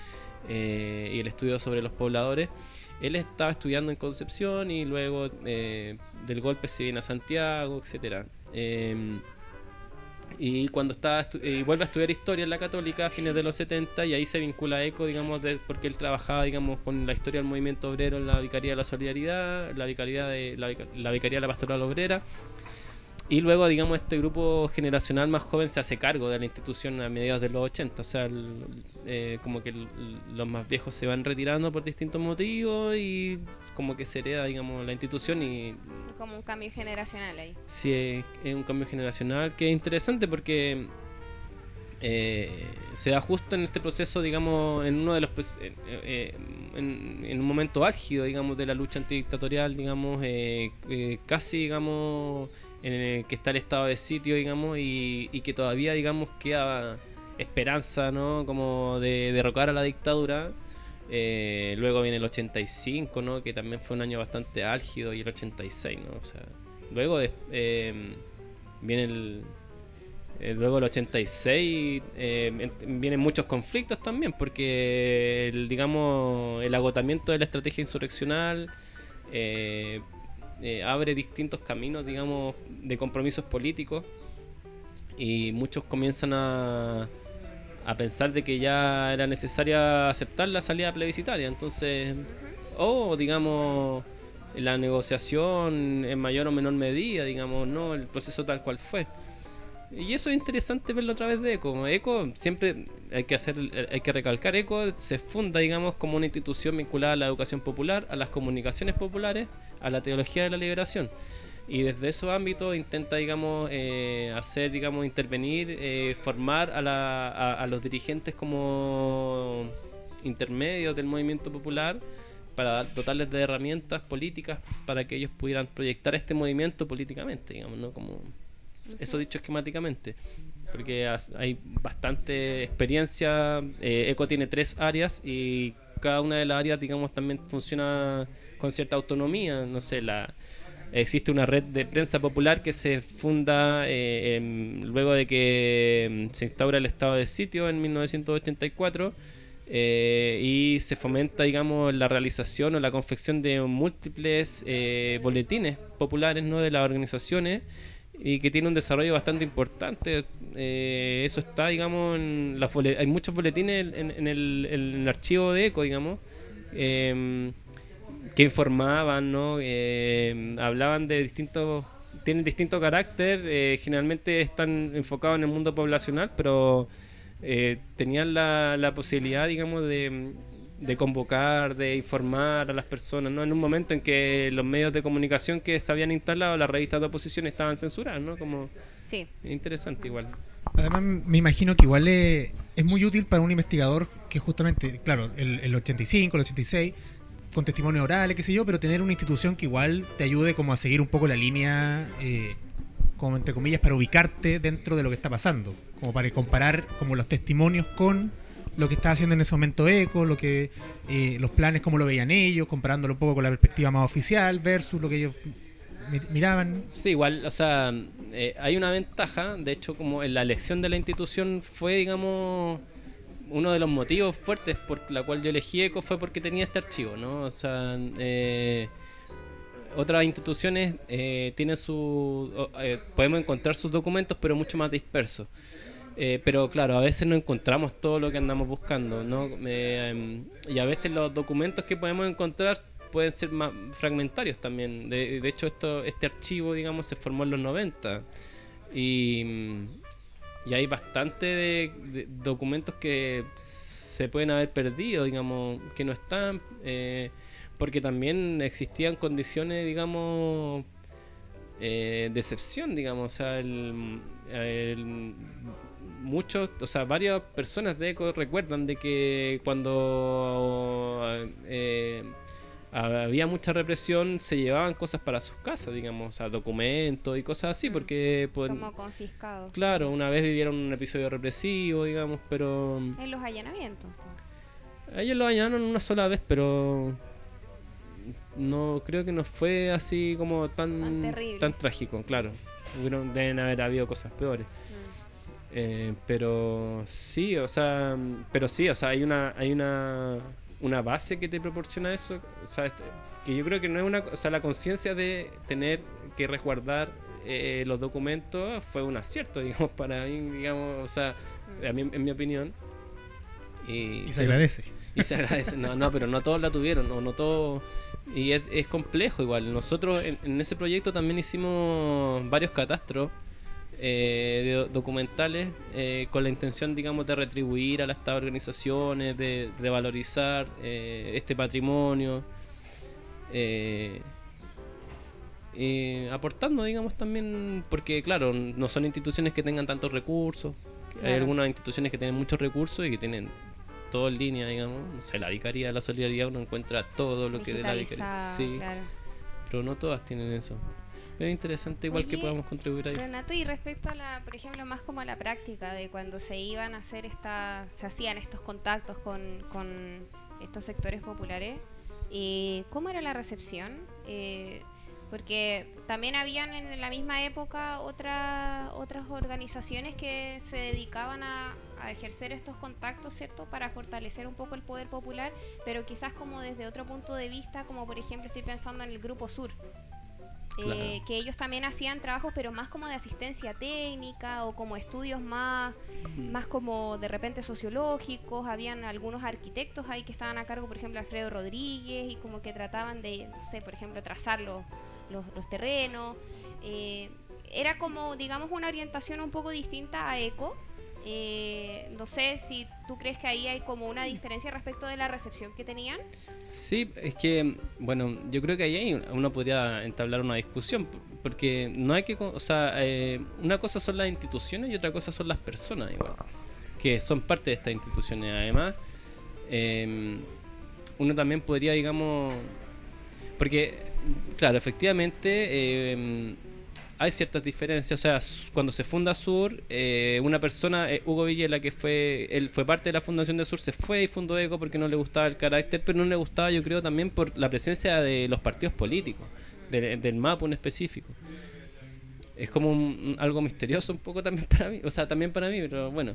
Eh, y el estudio sobre los pobladores. Él estaba estudiando en Concepción y luego eh, del golpe se viene a Santiago, etcétera. Eh, Y cuando está estu- y vuelve a estudiar historia en la Católica a fines de los setenta, y ahí se vincula a ECO, digamos, de, porque él trabajaba, digamos, con la historia del movimiento obrero en la Vicaría de la Solidaridad, la Vicaría de la, Vic- la Vicaría de la Pastoral Obrera. Y luego, digamos, este grupo generacional más joven se hace cargo de la institución a mediados de los ochenta. O sea, el, eh, como que el, los más viejos se van retirando por distintos motivos y como que se hereda, digamos, la institución. Y como un cambio generacional ahí. Sí, es, es un cambio generacional que es interesante porque eh, se da justo en este proceso, digamos, en uno de los eh, eh, en, en un momento álgido, digamos, de la lucha antidictatorial, digamos, eh, eh, casi, digamos, en el que está el estado de sitio, digamos, y, y que todavía, digamos, queda esperanza, ¿no? Como de derrocar a la dictadura. Eh, luego viene el ochenta y cinco, ¿no? Que también fue un año bastante álgido, y el ochenta y seis, ¿no? O sea, luego de, eh, viene el eh, luego el ochenta y seis, eh, vienen muchos conflictos también, porque el, digamos, el agotamiento de la estrategia insurreccional eh, eh, abre distintos caminos, digamos, de compromisos políticos, y muchos comienzan a a pensar de que ya era necesaria aceptar la salida plebiscitaria. Entonces, o digamos, la negociación en mayor o menor medida, digamos, no el proceso tal cual fue. Y eso es interesante verlo a través de ECO. ECO siempre hay que hacer, hay que recalcar, ECO se funda, digamos, como una institución vinculada a la educación popular, a las comunicaciones populares, a la teología de la liberación. Y desde esos ámbitos intenta, digamos, eh, hacer, digamos, intervenir, eh, formar a, la, a, a los dirigentes como intermedios del movimiento popular, para dotarles de herramientas políticas para que ellos pudieran proyectar este movimiento políticamente, digamos, ¿no? Como eso dicho esquemáticamente, porque hay bastante experiencia. eh, ECO tiene tres áreas y cada una de las áreas, digamos, también funciona con cierta autonomía. No sé, la existe una red de prensa popular que se funda eh, en, luego de que se instaura el estado de sitio en mil novecientos ochenta y cuatro, eh, y se fomenta, digamos, la realización o la confección de múltiples eh, boletines populares, ¿no? De las organizaciones, y que tiene un desarrollo bastante importante. Eh, eso está, digamos, en las bole- hay muchos boletines en, en el, en el archivo de ECO, digamos, eh, que informaban, ¿no? Eh, hablaban de distintos, tienen distinto carácter, eh, generalmente están enfocados en el mundo poblacional, pero eh, tenían la, la posibilidad, digamos, de, de convocar, de informar a las personas, ¿no? En un momento en que los medios de comunicación que se habían instalado, las revistas de oposición estaban censuradas, ¿no? Como Sí. interesante igual. Además, me imagino que igual es, es muy útil para un investigador que justamente, claro, el, el ochenta y cinco, el ochenta y seis, con testimonios orales, qué sé yo, pero tener una institución que igual te ayude como a seguir un poco la línea, eh, como entre comillas, para ubicarte dentro de lo que está pasando, como para comparar como los testimonios con lo que está haciendo en ese momento ECO, lo que eh, los planes como lo veían ellos, comparándolo un poco con la perspectiva más oficial versus lo que ellos mi- miraban. Sí, igual, o sea, eh, hay una ventaja, de hecho, como en la elección de la institución fue, digamos, uno de los motivos fuertes por la cual yo elegí ECO fue porque tenía este archivo, ¿no? O sea, eh, otras instituciones eh, tienen su... o, eh, podemos encontrar sus documentos, pero mucho más dispersos. Eh, pero claro, a veces no encontramos todo lo que andamos buscando, ¿no? Eh, em, y a veces los documentos que podemos encontrar pueden ser más fragmentarios también. De, de hecho, esto, este archivo, digamos, se formó en los noventa. Y, y hay bastante de, de documentos que se pueden haber perdido, digamos, que no están, eh, porque también existían condiciones, digamos, eh, de excepción, digamos, o sea, el, el, muchos, o sea, varias personas de ECO recuerdan de que cuando eh, había mucha represión se llevaban cosas para sus casas, digamos, o sea, documentos y cosas así, porque pues, Como confiscado. claro, una vez vivieron un episodio represivo, digamos, pero En los allanamientos. ellos lo allanaron una sola vez, pero no creo que no fue así como tan Tan terrible. tan trágico, claro. Hubieron- deben haber habido cosas peores. Mm. Eh, pero sí, o sea, pero sí, o sea, hay una hay una una base que te proporciona eso, o sea, este- que yo creo que no es una, o sea, la conciencia de tener que resguardar eh, los documentos fue un acierto, digamos, para mí, digamos, o sea, a mí, en mi opinión. Y, Y se pero- agradece. y se agradece. No, no, pero no todos la tuvieron, o no todos. Y es, es complejo igual. Nosotros en, en ese proyecto también hicimos varios catastros eh, de do- documentales eh, con la intención, digamos, de retribuir a las estas organizaciones, de, de valorizar eh, este patrimonio. Eh, eh, aportando, digamos, también, porque claro, no son instituciones que tengan tantos recursos. Hay Claro. algunas instituciones que tienen muchos recursos y que tienen todo en línea, digamos. No sé, la Vicaría de la Solidaridad, uno encuentra todo lo que de la Vicaría. Digitalizado, Sí, claro. pero no todas tienen eso. Es interesante igual que Oye, podamos contribuir ahí. Renato, y respecto a la, por ejemplo, más como a la práctica de cuando se iban a hacer esta, se hacían estos contactos con, con estos sectores populares, eh, ¿cómo era la recepción? Eh, porque también habían en la misma época otra, otras organizaciones que se dedicaban a, a ejercer estos contactos, ¿cierto? Para fortalecer un poco el poder popular, pero quizás como desde otro punto de vista, como por ejemplo estoy pensando en el Grupo Sur. Claro. Eh, que ellos también hacían trabajos pero más como de asistencia técnica o como estudios más, Mm. más como de repente sociológicos. Habían algunos arquitectos ahí que estaban a cargo, por ejemplo Alfredo Rodríguez, y como que trataban de, no sé, por ejemplo trazar los, los, los terrenos. Eh, era como, digamos, una orientación un poco distinta a ECO. Eh, no sé si tú crees que ahí hay como una diferencia respecto de la recepción que tenían. Sí, es que, bueno, yo creo que ahí hay- uno podría entablar una discusión, p- porque no hay que, co- o sea, eh, una cosa son las instituciones y otra cosa son las personas, igual, que son parte de estas instituciones. Además, eh, uno también podría, digamos, porque, claro, efectivamente, eh, hay ciertas diferencias. O sea, s- cuando se funda Sur, eh, una persona, eh, Hugo Villela, que fue él fue parte de la fundación de Sur, se fue y fundó ECO porque no le gustaba el carácter, pero no le gustaba, yo creo, también por la presencia de los partidos políticos, de- del M A P en específico. Es como un- un- algo misterioso un poco también para mí, o sea, también para mí, pero bueno.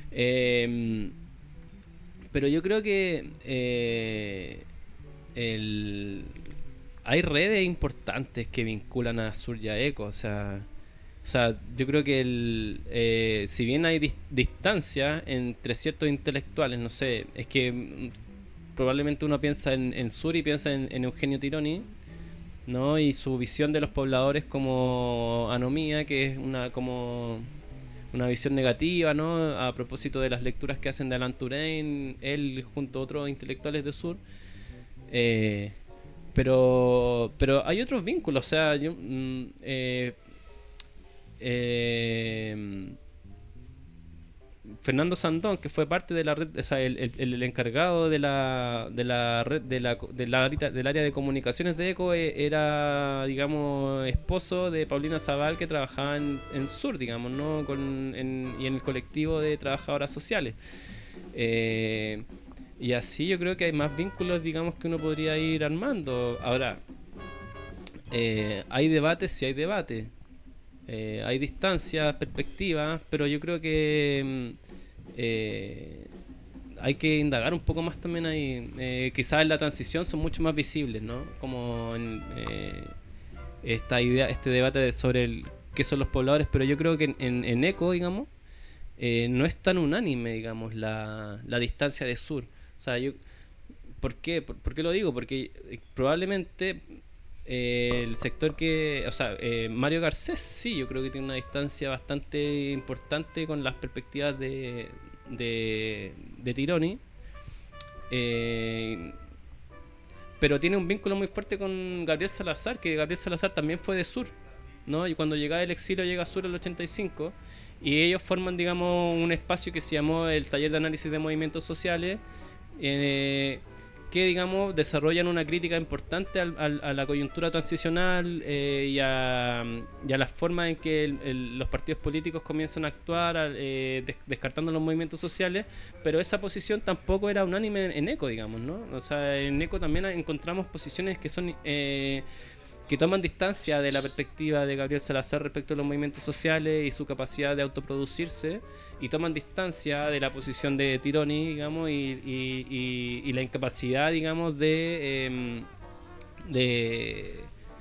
Eh, pero yo creo que eh, el, hay redes importantes que vinculan a Sur y a ECO, o sea, O sea, yo creo que el, eh, si bien hay dis- distancia entre ciertos intelectuales, no sé, es que mm, probablemente uno piensa en, en Sur y piensa en, en Eugenio Tironi, ¿no? Y su visión de los pobladores como anomía, que es una como una visión negativa, ¿no? A propósito de las lecturas que hacen de Alan Turing, él junto a otros intelectuales de Sur. Eh, pero pero hay otros vínculos, o sea, yo, mm, eh, eh, Fernando Sandón, que fue parte de la red, o sea, el, el, el encargado de la, de la red de la, de la, del área de comunicaciones de ECO, eh, era, digamos, esposo de Paulina Zabal, que trabajaba en, en Sur, digamos, ¿no? Con, en, y en el colectivo de trabajadoras sociales. Eh, y así yo creo que hay más vínculos, digamos, que uno podría ir armando. Ahora, eh, hay debates, sí hay debates. Eh, hay distancias, perspectivas, pero yo creo que eh, hay que indagar un poco más también ahí. Eh, quizás en la transición son mucho más visibles, ¿no? Como en, eh, esta idea, este debate de sobre el, qué son los pobladores, pero yo creo que en, en, en ECO, digamos, eh, no es tan unánime, digamos, la, la distancia de Sur. O sea, yo, ¿por qué? ¿Por, por qué lo digo? Porque eh, probablemente eh, el sector que, o sea, eh, Mario Garcés sí, yo creo que tiene una distancia bastante importante con las perspectivas de, de, de Tironi, eh, pero tiene un vínculo muy fuerte con Gabriel Salazar, que Gabriel Salazar también fue de Sur, ¿no? Y cuando llega del exilio llega a Sur en el ochenta y cinco y ellos forman, digamos, un espacio que se llamó el Taller de Análisis de Movimientos Sociales, eh, que, digamos, desarrollan una crítica importante al, al, a la coyuntura transicional eh, y, a, y a las formas en que el, el, los partidos políticos comienzan a actuar, eh, des, descartando los movimientos sociales, pero esa posición tampoco era unánime en, en ECO, digamos, ¿no? O sea, en ECO también encontramos posiciones que son eh, que toman distancia de la perspectiva de Gabriel Salazar respecto a los movimientos sociales y su capacidad de autoproducirse, y toman distancia de la posición de Tironi, digamos, y, y, y, y la incapacidad, digamos, de, eh, de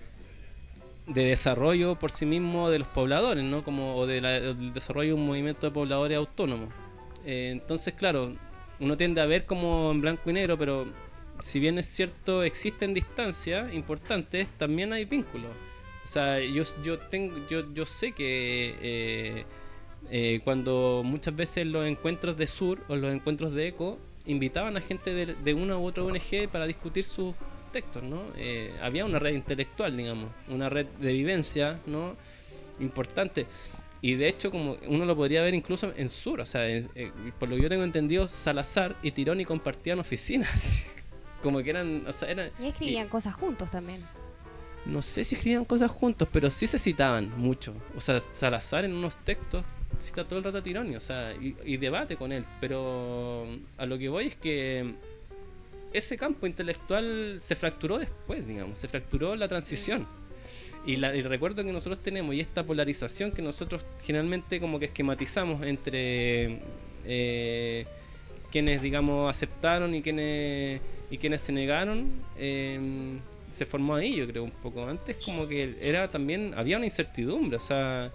de desarrollo por sí mismo de los pobladores, ¿no? Como o de la, del desarrollo de un movimiento de pobladores autónomos. Eh, entonces, claro, uno tiende a ver como en blanco y negro, pero si bien es cierto, existen distancias importantes, también hay vínculos. O sea, yo yo tengo yo yo sé que eh, eh, cuando muchas veces los encuentros de Sur o los encuentros de ECO invitaban a gente de, de una u otra O N G para discutir sus textos, ¿no? Eh, había una red intelectual, digamos, una red de vivencia, ¿no? Importante. Y de hecho, como uno lo podría ver incluso en Sur, o sea, eh, eh, por lo que yo tengo entendido, Salazar y Tironi compartían oficinas. Como que eran, o sea, eran... Y escribían y, cosas juntos también. No sé si escribían cosas juntos, pero sí se citaban mucho. O sea, Salazar en unos textos cita todo el rato a Tironi, o sea, y, y debate con él. Pero a lo que voy es que ese campo intelectual se fracturó después, digamos, se fracturó la transición. Sí. Y la, el recuerdo que nosotros tenemos y esta polarización que nosotros generalmente como que esquematizamos entre eh, quienes, digamos, aceptaron y quienes y quienes se negaron, eh, se formó ahí, yo creo, un poco. Antes como que era también, había una incertidumbre, o sea,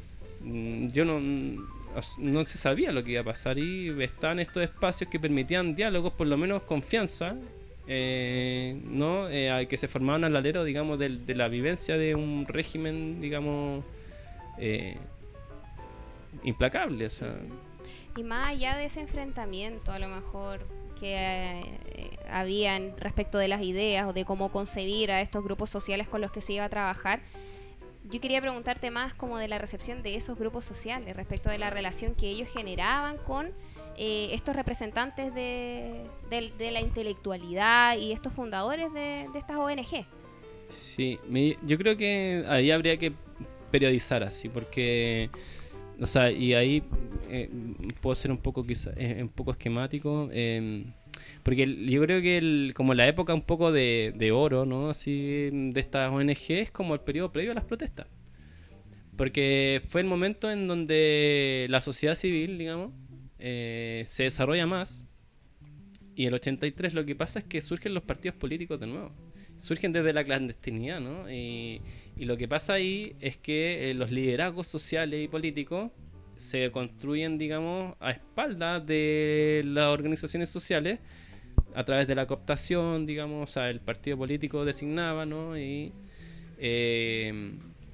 yo no, no se sabía lo que iba a pasar y estaban estos espacios que permitían diálogos, por lo menos confianza, eh, ¿no? Eh, que se formaban al alero, digamos, de, de la vivencia de un régimen, digamos, eh, implacable, o sea. Y más allá de ese enfrentamiento, a lo mejor que eh, habían respecto de las ideas o de cómo concebir a estos grupos sociales con los que se iba a trabajar, yo quería preguntarte más como de la recepción de esos grupos sociales respecto de la relación que ellos generaban con eh, estos representantes de, de, de la intelectualidad y estos fundadores de, de estas O N G. Sí, me, yo creo que ahí habría que periodizar así, porque... O sea, y ahí eh, puedo ser un poco quizá, eh, un poco esquemático, eh, porque el, yo creo que el, como la época un poco de, de oro, ¿no? Así, de estas O N G es como el periodo previo a las protestas. Porque fue el momento en donde la sociedad civil, digamos, eh, se desarrolla más. Y en el ochenta y tres lo que pasa es que surgen los partidos políticos de nuevo. surgen desde la clandestinidad, ¿no? Y, y lo que pasa ahí es que eh, los liderazgos sociales y políticos se construyen, digamos, a espaldas de las organizaciones sociales a través de la cooptación, digamos, o sea, el partido político designaba, ¿no? Y, eh,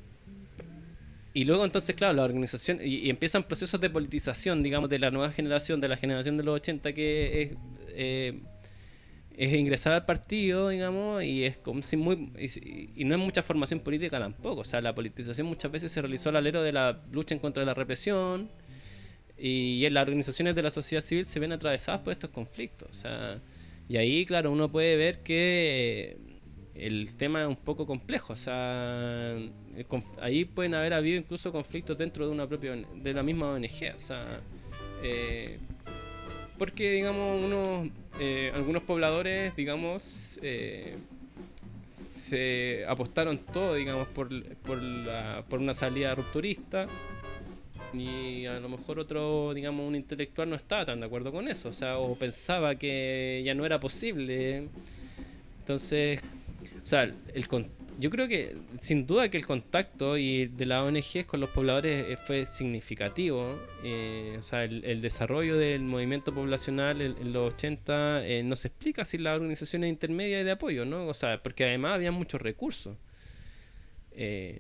y luego entonces, claro, la organización, y, y empiezan procesos de politización, digamos, de la nueva generación, de la generación de los ochenta, que es, eh, es ingresar al partido, digamos, y es como si muy y, y no es mucha formación política tampoco. O sea, la politización muchas veces se realizó al alero de la lucha en contra de la represión, y en las organizaciones de la sociedad civil se ven atravesadas por estos conflictos. O sea, y ahí, claro, uno puede ver que el tema es un poco complejo. O sea, ahí pueden haber habido incluso conflictos dentro de una propia de la misma O N G. O sea, eh, porque, digamos, unos eh, algunos pobladores, digamos, eh, se apostaron todo, digamos, por por, la, por una salida rupturista, y a lo mejor otro, digamos, un intelectual no estaba tan de acuerdo con eso, o sea, o pensaba que ya no era posible. Entonces, o sea, el yo creo que sin duda que el contacto y de la O N G con los pobladores eh, fue significativo. Eh, o sea, el, el desarrollo del movimiento poblacional en, en los ochenta eh, no se explica sin las organizaciones intermedias y de apoyo, ¿no? O sea, porque además había muchos recursos. Eh,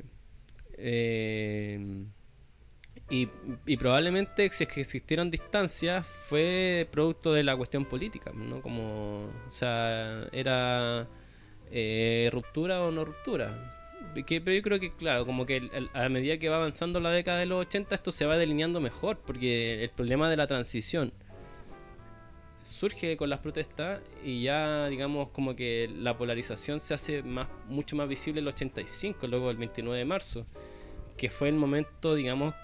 eh, y, y probablemente si es que existieron distancias fue producto de la cuestión política, ¿no? Como, o sea, era... Eh, ruptura o no ruptura, que, pero yo creo que claro, como que el, el, a medida que va avanzando la década de los ochenta esto se va delineando mejor, porque el problema de la transición surge con las protestas y ya, digamos, como que la polarización se hace más mucho más visible en el ochenta y cinco, luego el veintinueve de marzo, que fue el momento, digamos,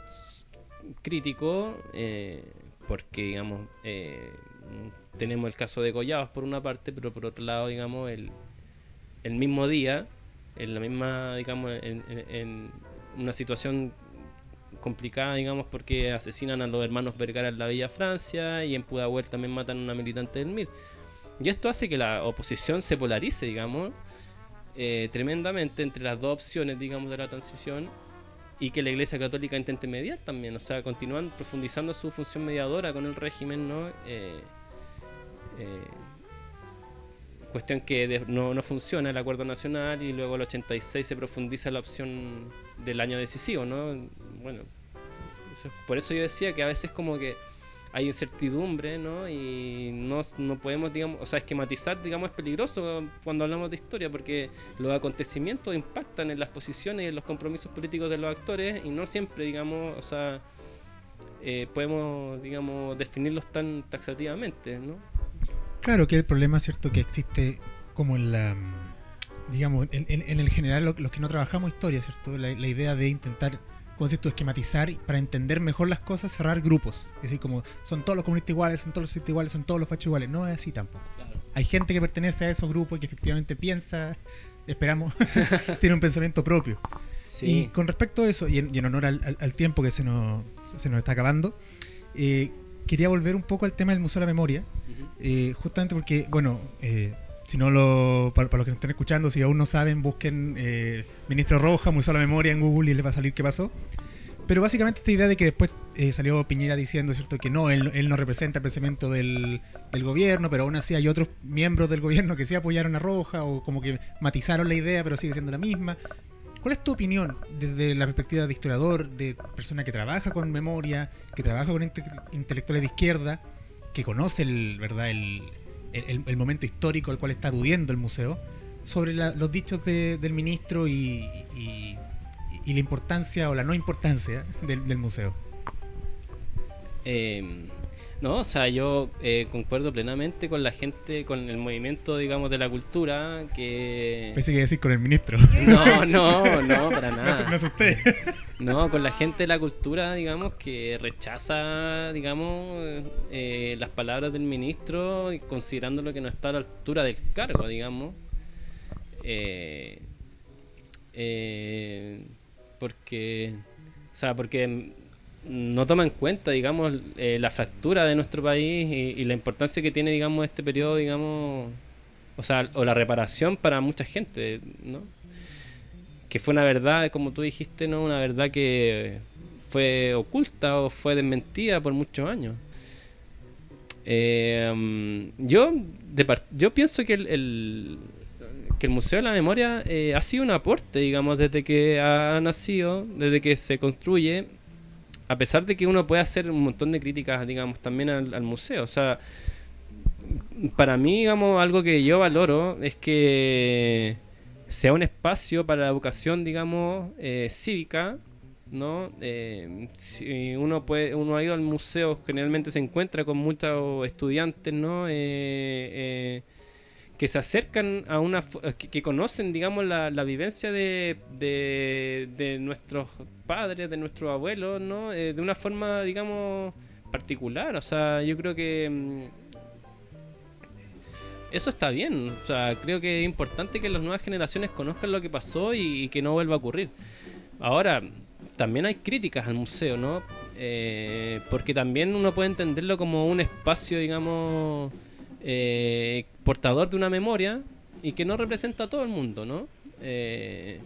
crítico, eh, porque, digamos, eh, tenemos el caso de Collados por una parte, pero por otro lado, digamos, el el mismo día, en la misma, digamos, en, en, en una situación complicada, digamos, porque asesinan a los hermanos Vergara en la Villa Francia, y en Pudahuel también matan a una militante del M I R. Y esto hace que la oposición se polarice, digamos, eh, tremendamente entre las dos opciones, digamos, de la transición, y que la Iglesia Católica intente mediar también, o sea, continúan profundizando su función mediadora con el régimen, ¿no? Eh, eh, cuestión que de, no, no funciona el acuerdo nacional, y luego el ochenta y seis se profundiza la opción del año decisivo, ¿no? Bueno, eso, por eso yo decía que a veces como que hay incertidumbre, ¿no? Y no, no podemos, digamos, o sea, esquematizar, digamos, es peligroso cuando hablamos de historia, porque los acontecimientos impactan en las posiciones y en los compromisos políticos de los actores, y no siempre, digamos, o sea, eh, podemos, digamos, definirlos tan taxativamente, ¿no? Claro que el problema, cierto, que existe como en la, digamos, en, en, en el general, los, los que no trabajamos historia, cierto, la, la idea de intentar, como decís tú, esquematizar para entender mejor las cosas, cerrar grupos, es decir, como son todos los comunistas iguales, son todos los socialistas iguales, son todos los fachos iguales. No es así tampoco. Claro. Hay gente que pertenece a esos grupos y que efectivamente piensa, esperamos, tiene un pensamiento propio. Sí. Y con respecto a eso, y en, y en honor al, al, al tiempo que se nos, se nos está acabando, eh, quería volver un poco al tema del Museo de la Memoria, uh-huh. eh, justamente porque, bueno, eh, si no lo, para, para los que nos están escuchando, si aún no saben, busquen eh, Ministro Roja, Museo de la Memoria en Google y les va a salir qué pasó. Pero básicamente esta idea de que después eh, salió Piñera diciendo, cierto, que no, él, él no representa el pensamiento del, del gobierno, pero aún así hay otros miembros del gobierno que sí apoyaron a Roja, o como que matizaron la idea, pero sigue siendo la misma. ¿Cuál es tu opinión desde la perspectiva de historiador, de persona que trabaja con memoria, que trabaja con inte- intelectuales de izquierda, que conoce el, ¿verdad? El, el, el momento histórico al cual está aludiendo el museo, sobre la, los dichos de, del ministro y, y, y la importancia o la no importancia del, del museo? Eh, no, o sea, yo eh, concuerdo plenamente con la gente, con el movimiento, digamos, de la cultura, que... Pensé que iba a decir con el ministro. No, no, no, para nada. No, no es usted. No, con la gente de la cultura, digamos, que rechaza, digamos, eh, las palabras del ministro, considerando lo que no está a la altura del cargo, digamos. Eh, eh, porque, o sea, porque no toma en cuenta, digamos, eh, la fractura de nuestro país y, y la importancia que tiene, digamos, este periodo, digamos, o sea, o la reparación para mucha gente, ¿no? Que fue una verdad, como tú dijiste, ¿no? Una verdad que fue oculta o fue desmentida por muchos años. Eh, um, yo, de part- yo pienso que el, el, que el Museo de la Memoria eh, ha sido un aporte, digamos, desde que ha nacido, desde que se construye, a pesar de que uno puede hacer un montón de críticas, digamos, también al, al museo. O sea, para mí, digamos, algo que yo valoro es que sea un espacio para la educación, digamos, eh, cívica, ¿no? Eh, si uno puede, uno ha ido al museo, generalmente se encuentra con muchos estudiantes, ¿no? Eh, eh, que se acercan a una, que, que conocen, digamos, la, la vivencia de, de, de nuestros padres, de nuestros abuelos, ¿no? Eh, de una forma, digamos, particular. O sea, yo creo que mm, eso está bien. O sea, creo que es importante que las nuevas generaciones conozcan lo que pasó y, y que no vuelva a ocurrir. Ahora, también hay críticas al museo, ¿no? Eh, porque también uno puede entenderlo como un espacio, digamos, eh, portador de una memoria y que no representa a todo el mundo, ¿no? Eh,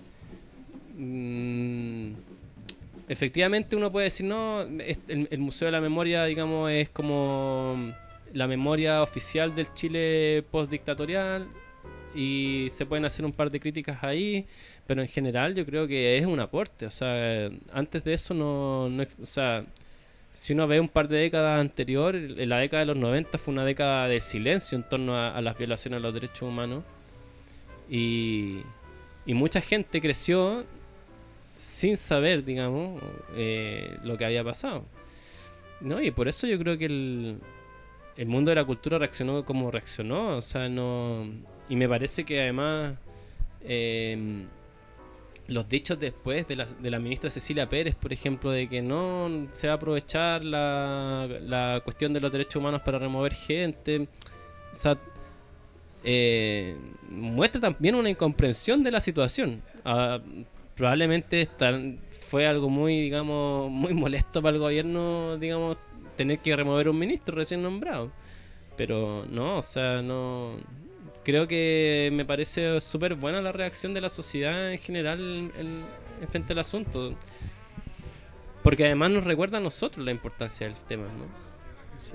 mm, efectivamente uno puede decir, no, el, el Museo de la Memoria, digamos, es como la memoria oficial del Chile postdictatorial y se pueden hacer un par de críticas ahí, pero en general yo creo que es un aporte. O sea, antes de eso no, no o sea, si uno ve un par de décadas anteriores, la década de los noventa fue una década de silencio en torno a, a las violaciones a los derechos humanos y, y mucha gente creció sin saber, digamos, eh, lo que había pasado, ¿no? Y por eso yo creo que el, el mundo de la cultura reaccionó como reaccionó. O sea, no, y me parece que además eh, los dichos después de la, de la ministra Cecilia Pérez, por ejemplo, de que no se va a aprovechar la, la cuestión de los derechos humanos para remover gente, o sea, eh, muestra también una incomprensión de la situación. Uh, probablemente esta, fue algo muy, digamos, muy molesto para el gobierno, digamos, tener que remover un ministro recién nombrado, pero no, o sea, no. Creo que me parece súper buena la reacción de la sociedad en general en, en, en frente al asunto. Porque además nos recuerda a nosotros la importancia del tema, ¿no? No sé.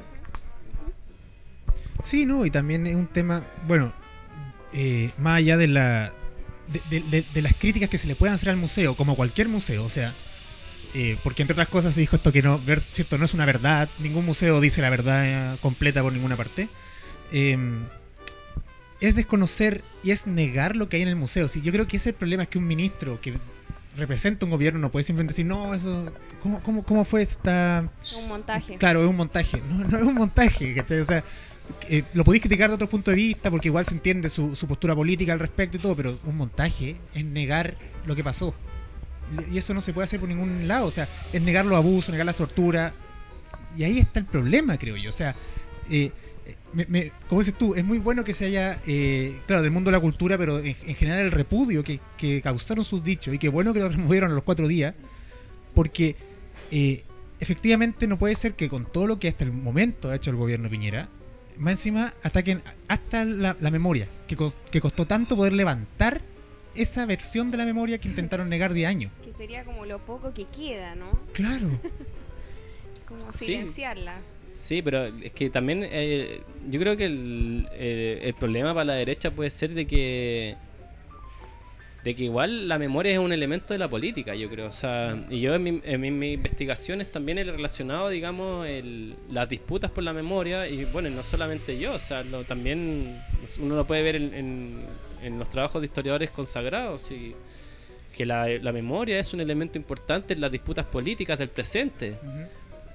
Sí, no, y también es un tema, bueno, eh, más allá de la de, de, de, de las críticas que se le puedan hacer al museo, como cualquier museo, o sea, eh, porque entre otras cosas se dijo esto que no, ver, cierto, no es una verdad, ningún museo dice la verdad eh, completa por ninguna parte. Eh, es desconocer y es negar lo que hay en el museo. Sí, yo creo que ese es el problema, es que un ministro que representa un gobierno no puede simplemente decir, no, eso, ¿cómo, cómo, cómo fue esta...? Un montaje. Claro, es un montaje. No, no es un montaje, ¿cachai? O sea, eh, lo podéis criticar de otro punto de vista porque igual se entiende su, su postura política al respecto y todo, pero un montaje es negar lo que pasó. Y eso no se puede hacer por ningún lado. O sea, es negar los abusos, negar la tortura. Y ahí está el problema, creo yo. O sea, eh, Me, me, como dices tú, es muy bueno que se haya, eh, claro, del mundo de la cultura, pero en, en general el repudio que, que causaron sus dichos, y qué bueno que lo removieron a los cuatro días, porque eh, efectivamente no puede ser que con todo lo que hasta el momento ha hecho el gobierno Piñera, más encima ataquen hasta la, la memoria, que, cos, que costó tanto poder levantar esa versión de la memoria que intentaron negar diez años. Que sería como lo poco que queda, ¿no? Claro. Como Sí. silenciarla. Sí, pero es que también eh, yo creo que el, eh, el problema para la derecha puede ser de que de que igual la memoria es un elemento de la política, yo creo. O sea, y yo en, mi, en mi, mis investigaciones también he relacionado, digamos, el, las disputas por la memoria, y bueno, no solamente yo, o sea, lo, también uno lo puede ver en, en, en los trabajos de historiadores consagrados, y que la, la memoria es un elemento importante en las disputas políticas del presente. Uh-huh.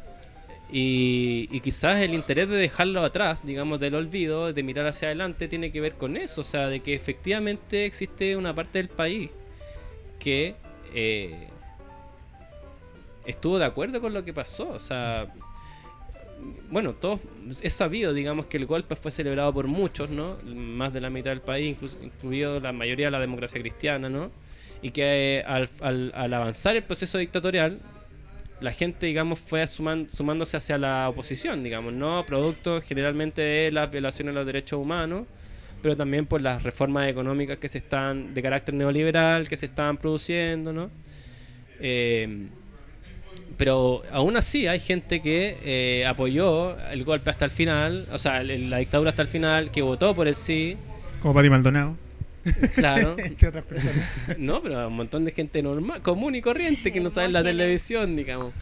Y, y quizás el interés de dejarlo atrás, digamos, del olvido, de mirar hacia adelante, tiene que ver con eso. O sea, de que efectivamente existe una parte del país que eh, estuvo de acuerdo con lo que pasó. O sea, bueno, todo es sabido, digamos, que el golpe fue celebrado por muchos, ¿no? Más de la mitad del país, incluso, incluido la mayoría de la democracia cristiana, ¿no? Y que eh, al, al, al avanzar el proceso dictatorial, la gente, digamos, fue suman, sumándose hacia la oposición, digamos, no producto generalmente de las violaciones a los derechos humanos, pero también por las reformas económicas que se están, de carácter neoliberal, que se estaban produciendo, ¿no? Eh, pero aún así hay gente que eh, apoyó el golpe hasta el final, o sea, el- la dictadura hasta el final, que votó por el sí, Como Pati Maldonado, claro. entre otras personas. No, pero un montón de gente normal, común y corriente, que no sabe la Hermógenes. televisión, digamos.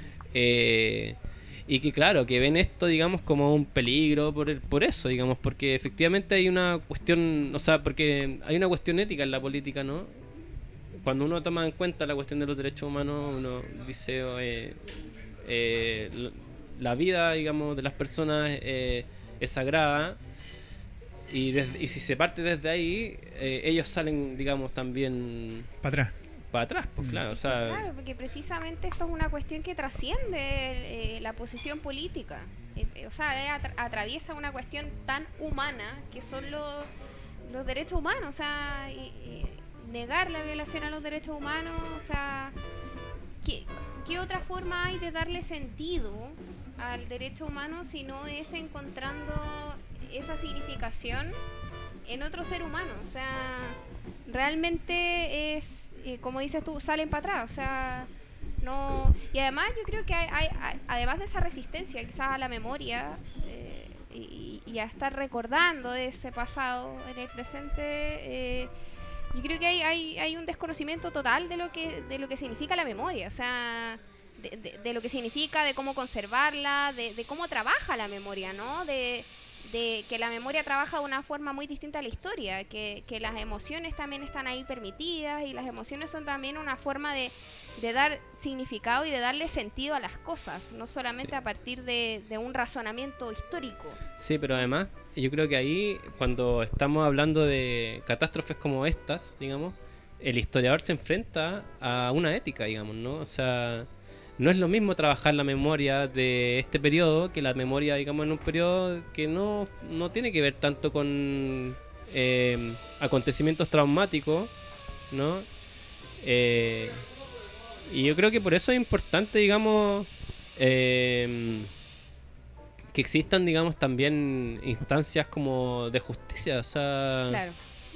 Eh, y que claro, que ven esto, digamos, como un peligro por, el- por eso, digamos, porque efectivamente hay una cuestión, o sea, porque hay una cuestión ética en la política, ¿no? Cuando uno toma en cuenta la cuestión de los derechos humanos, uno dice, eh, eh, l- la vida, digamos, de las personas eh, es sagrada. Y, des- y si se parte desde ahí, eh, ellos salen, digamos, también Para atrás. para atrás, pues Mm. claro, o Es que, sea, claro, porque precisamente esto es una cuestión que trasciende eh, la posición política. Eh, eh, o sea, eh, atra- atraviesa una cuestión tan humana que son los, los derechos humanos. O sea, y- y negar la violación a los derechos humanos, o sea, ¿qué, qué otra forma hay de darle sentido al derecho humano si no es encontrando esa significación en otro ser humano? O sea, realmente es, eh, como dices tú, salen para atrás, o sea, no. Y además yo creo que hay, hay- hay- además de esa resistencia quizás a la memoria eh, y, y a estar recordando de ese pasado en el presente, eh, yo creo que hay, hay, hay un desconocimiento total de lo que de lo que significa la memoria, o sea, de, de- de lo que significa, de cómo conservarla, de, de cómo trabaja la memoria, ¿no? De, de que la memoria trabaja de una forma muy distinta a la historia, que, que las emociones también están ahí permitidas y las emociones son también una forma de, de dar significado y de darle sentido a las cosas, no solamente Sí. a partir de, de un razonamiento histórico. sí, pero además, yo creo que ahí, cuando estamos hablando de catástrofes como estas, digamos, el historiador se enfrenta a una ética, digamos, ¿no? O sea, no es lo mismo trabajar la memoria de este periodo que la memoria, digamos, en un periodo que no, no tiene que ver tanto con eh, acontecimientos traumáticos, ¿no? Eh, y yo creo que por eso es importante, digamos, eh, que existan, digamos, también instancias como de justicia, o sea, Claro.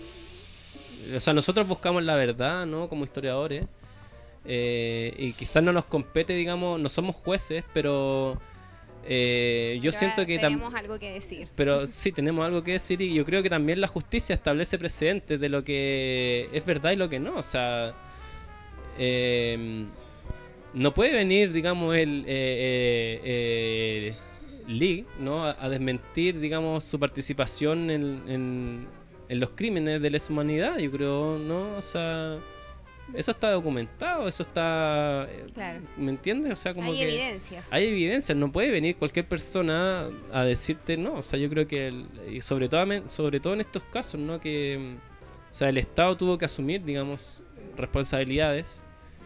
o sea, nosotros buscamos la verdad, ¿no? Como historiadores, eh, y quizás no nos compete, digamos, no somos jueces, pero eh, yo Pero siento que tam- tenemos algo que decir. pero sí tenemos algo que decir, y yo creo que también la justicia establece precedentes de lo que es verdad y lo que no, o sea, eh, no puede venir, digamos, el eh, eh, eh, Lee, ¿no? A, a desmentir, digamos, su participación en, en, en los crímenes de lesa humanidad, yo creo, ¿no? O sea, eso está documentado, eso está, eh, Claro. ¿me entiendes? O sea, como Hay que evidencias. hay evidencia, no puede venir cualquier persona a decirte no, o sea, yo creo que el- y sobre todo sobre todo en estos casos, ¿no? Que mm, o sea, el Estado tuvo que asumir, digamos, responsabilidades.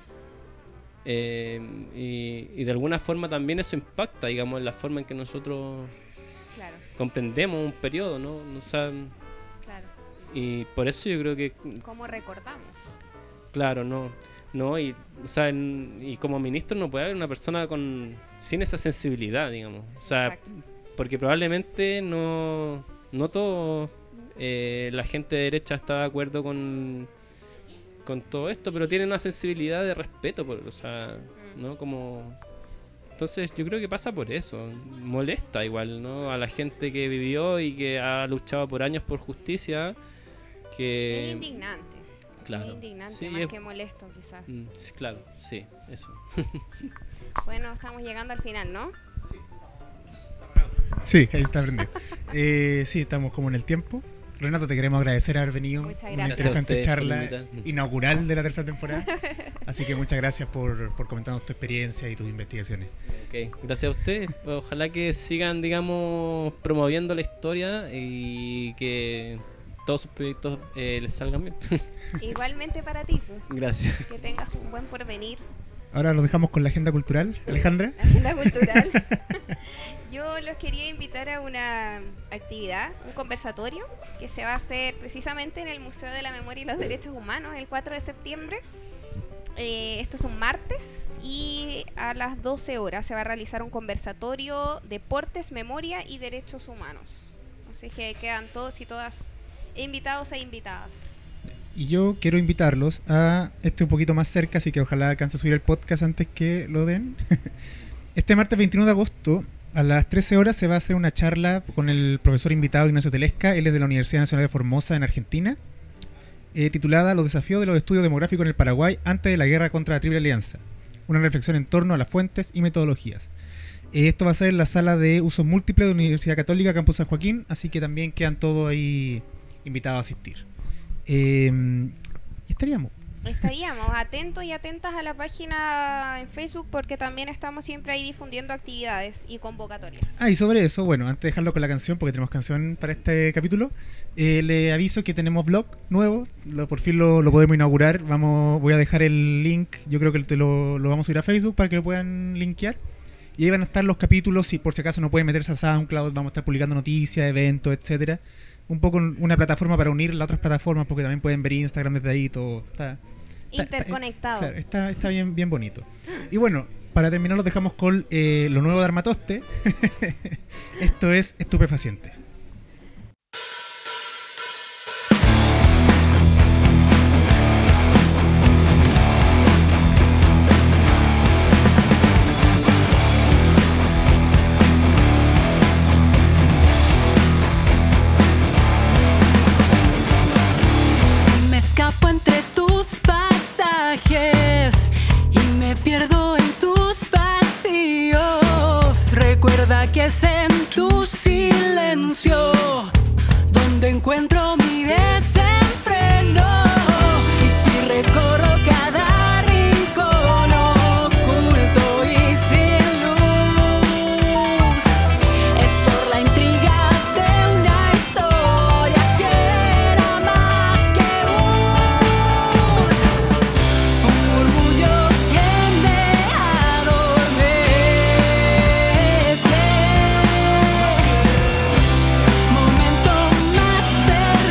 Eh, y, y de alguna forma también eso impacta, digamos, en la forma en que nosotros Claro, comprendemos un periodo, ¿no? O sea, claro. y por eso yo creo que, ¿Cómo recordamos? claro, no, no, y, o sea, en- y como ministro no puede haber una persona con sin esa sensibilidad, digamos, o sea, Exacto. porque probablemente no, no todo eh, la gente de derecha está de acuerdo con con todo esto, pero tiene una sensibilidad de respeto, por, o sea, Mm. ¿no? Como entonces yo creo que pasa por eso, molesta igual, ¿no? A la gente que vivió y que ha luchado por años por justicia, que Es indignante. claro, Es indignante, sí, más es- que molesto quizás. mm, sí, claro, sí, eso. Bueno, estamos llegando al final, ¿no? Sí, ahí está prendido. Eh, sí, estamos como en el tiempo. Renato, te queremos agradecer haber venido. Muchas Una gracias. interesante Gracias a charla ustedes por invitarme. inaugural de la tercera temporada. Así que muchas gracias por, por comentarnos tu experiencia y tus investigaciones. Ok, gracias a ustedes. Ojalá que sigan, digamos, promoviendo la historia y que todos sus proyectos eh, les salgan bien. Igualmente para ti, pues, Gracias. que tengas un buen porvenir. Ahora lo dejamos con la agenda cultural. Alejandra. Agenda cultural. Yo los quería invitar a una actividad, un conversatorio, que se va a hacer precisamente en el Museo de la Memoria y los Derechos Humanos el cuatro de septiembre. Eh, esto es un martes y a las doce horas se va a realizar un conversatorio Deportes, Memoria y Derechos Humanos. Así que quedan todos y todas invitados e invitadas. Y yo quiero invitarlos a este un poquito más cerca, así que ojalá alcance a subir el podcast antes que lo den. Este martes veintiuno de agosto a las trece horas se va a hacer una charla con el profesor invitado Ignacio Telesca. Él es de la Universidad Nacional de Formosa en Argentina, eh, titulada Los desafíos de los estudios demográficos en el Paraguay antes de la guerra contra la Triple Alianza. Una reflexión en torno a las fuentes y metodologías. Eh, esto va a ser en la sala de uso múltiple de la Universidad Católica Campus San Joaquín, así que también quedan todos ahí invitados a asistir. Eh, y estaríamos. Estaríamos atentos y atentas a la página en Facebook porque también estamos siempre ahí difundiendo actividades y convocatorias. Ah, y sobre eso, bueno, antes de dejarlo con la canción, porque tenemos canción para este capítulo, eh, le aviso que tenemos blog nuevo, lo, por fin lo, lo podemos inaugurar. Vamos, voy a dejar el link, yo creo que te lo, lo vamos a subir a Facebook para que lo puedan linkear. Y ahí van a estar los capítulos, si por si acaso no pueden meterse a SoundCloud, vamos a estar publicando noticias, eventos, etcétera. Un poco una plataforma para unir las otras plataformas, porque también pueden ver Instagram desde ahí, todo está... Interconectado. Está, está, claro, está, está bien, bien bonito. Y bueno, para terminar los dejamos con eh, lo nuevo de Armatoste. Esto es Estupefaciente. Si me escapo entre tus y me pierdo en tus vacíos, recuerda que es en tu silencio donde encuentro mi desenfreno. Y si recorro cada rincón oculto y sin luz, es por la intriga de una historia que era más que un murmullo que me adormece. Momento más bello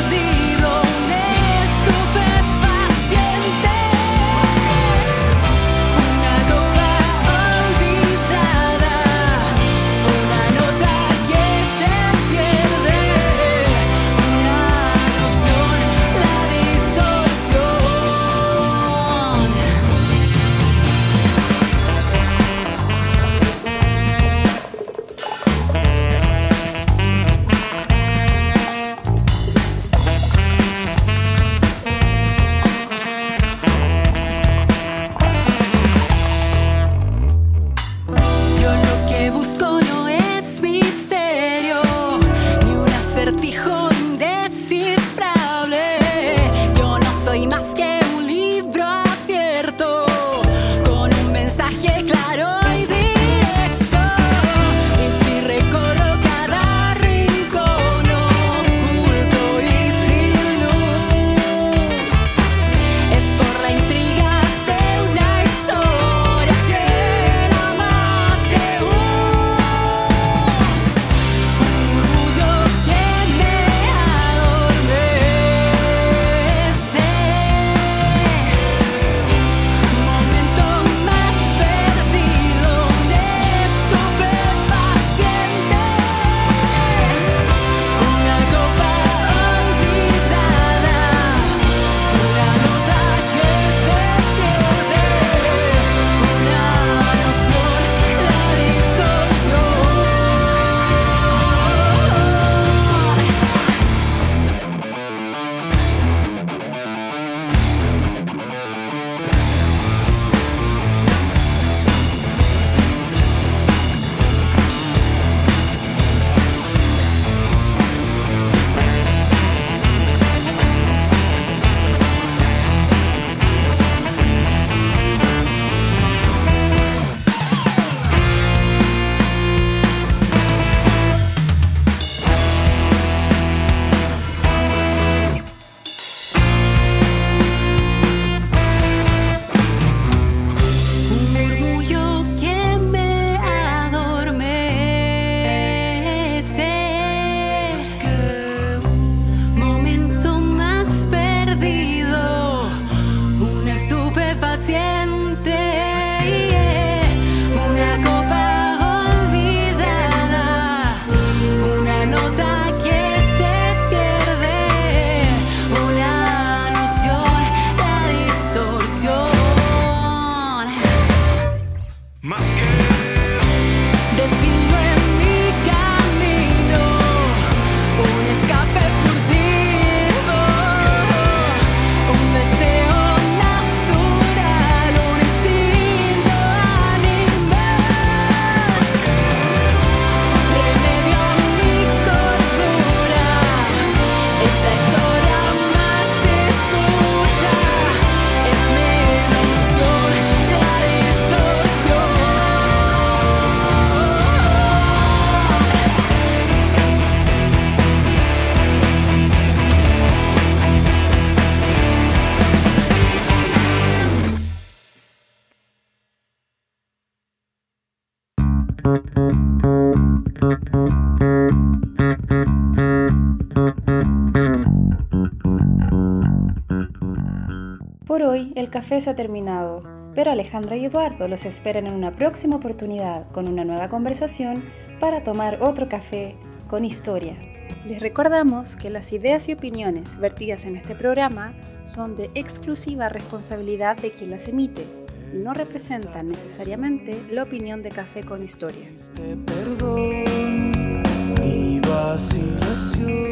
Por hoy el café se ha terminado, pero Alejandra y Eduardo los esperan en una próxima oportunidad con una nueva conversación para tomar otro café con historia. Les recordamos que las ideas y opiniones vertidas en este programa son de exclusiva responsabilidad de quien las emite y no representan necesariamente la opinión de Café con Historia. Perdón, mi vacilación.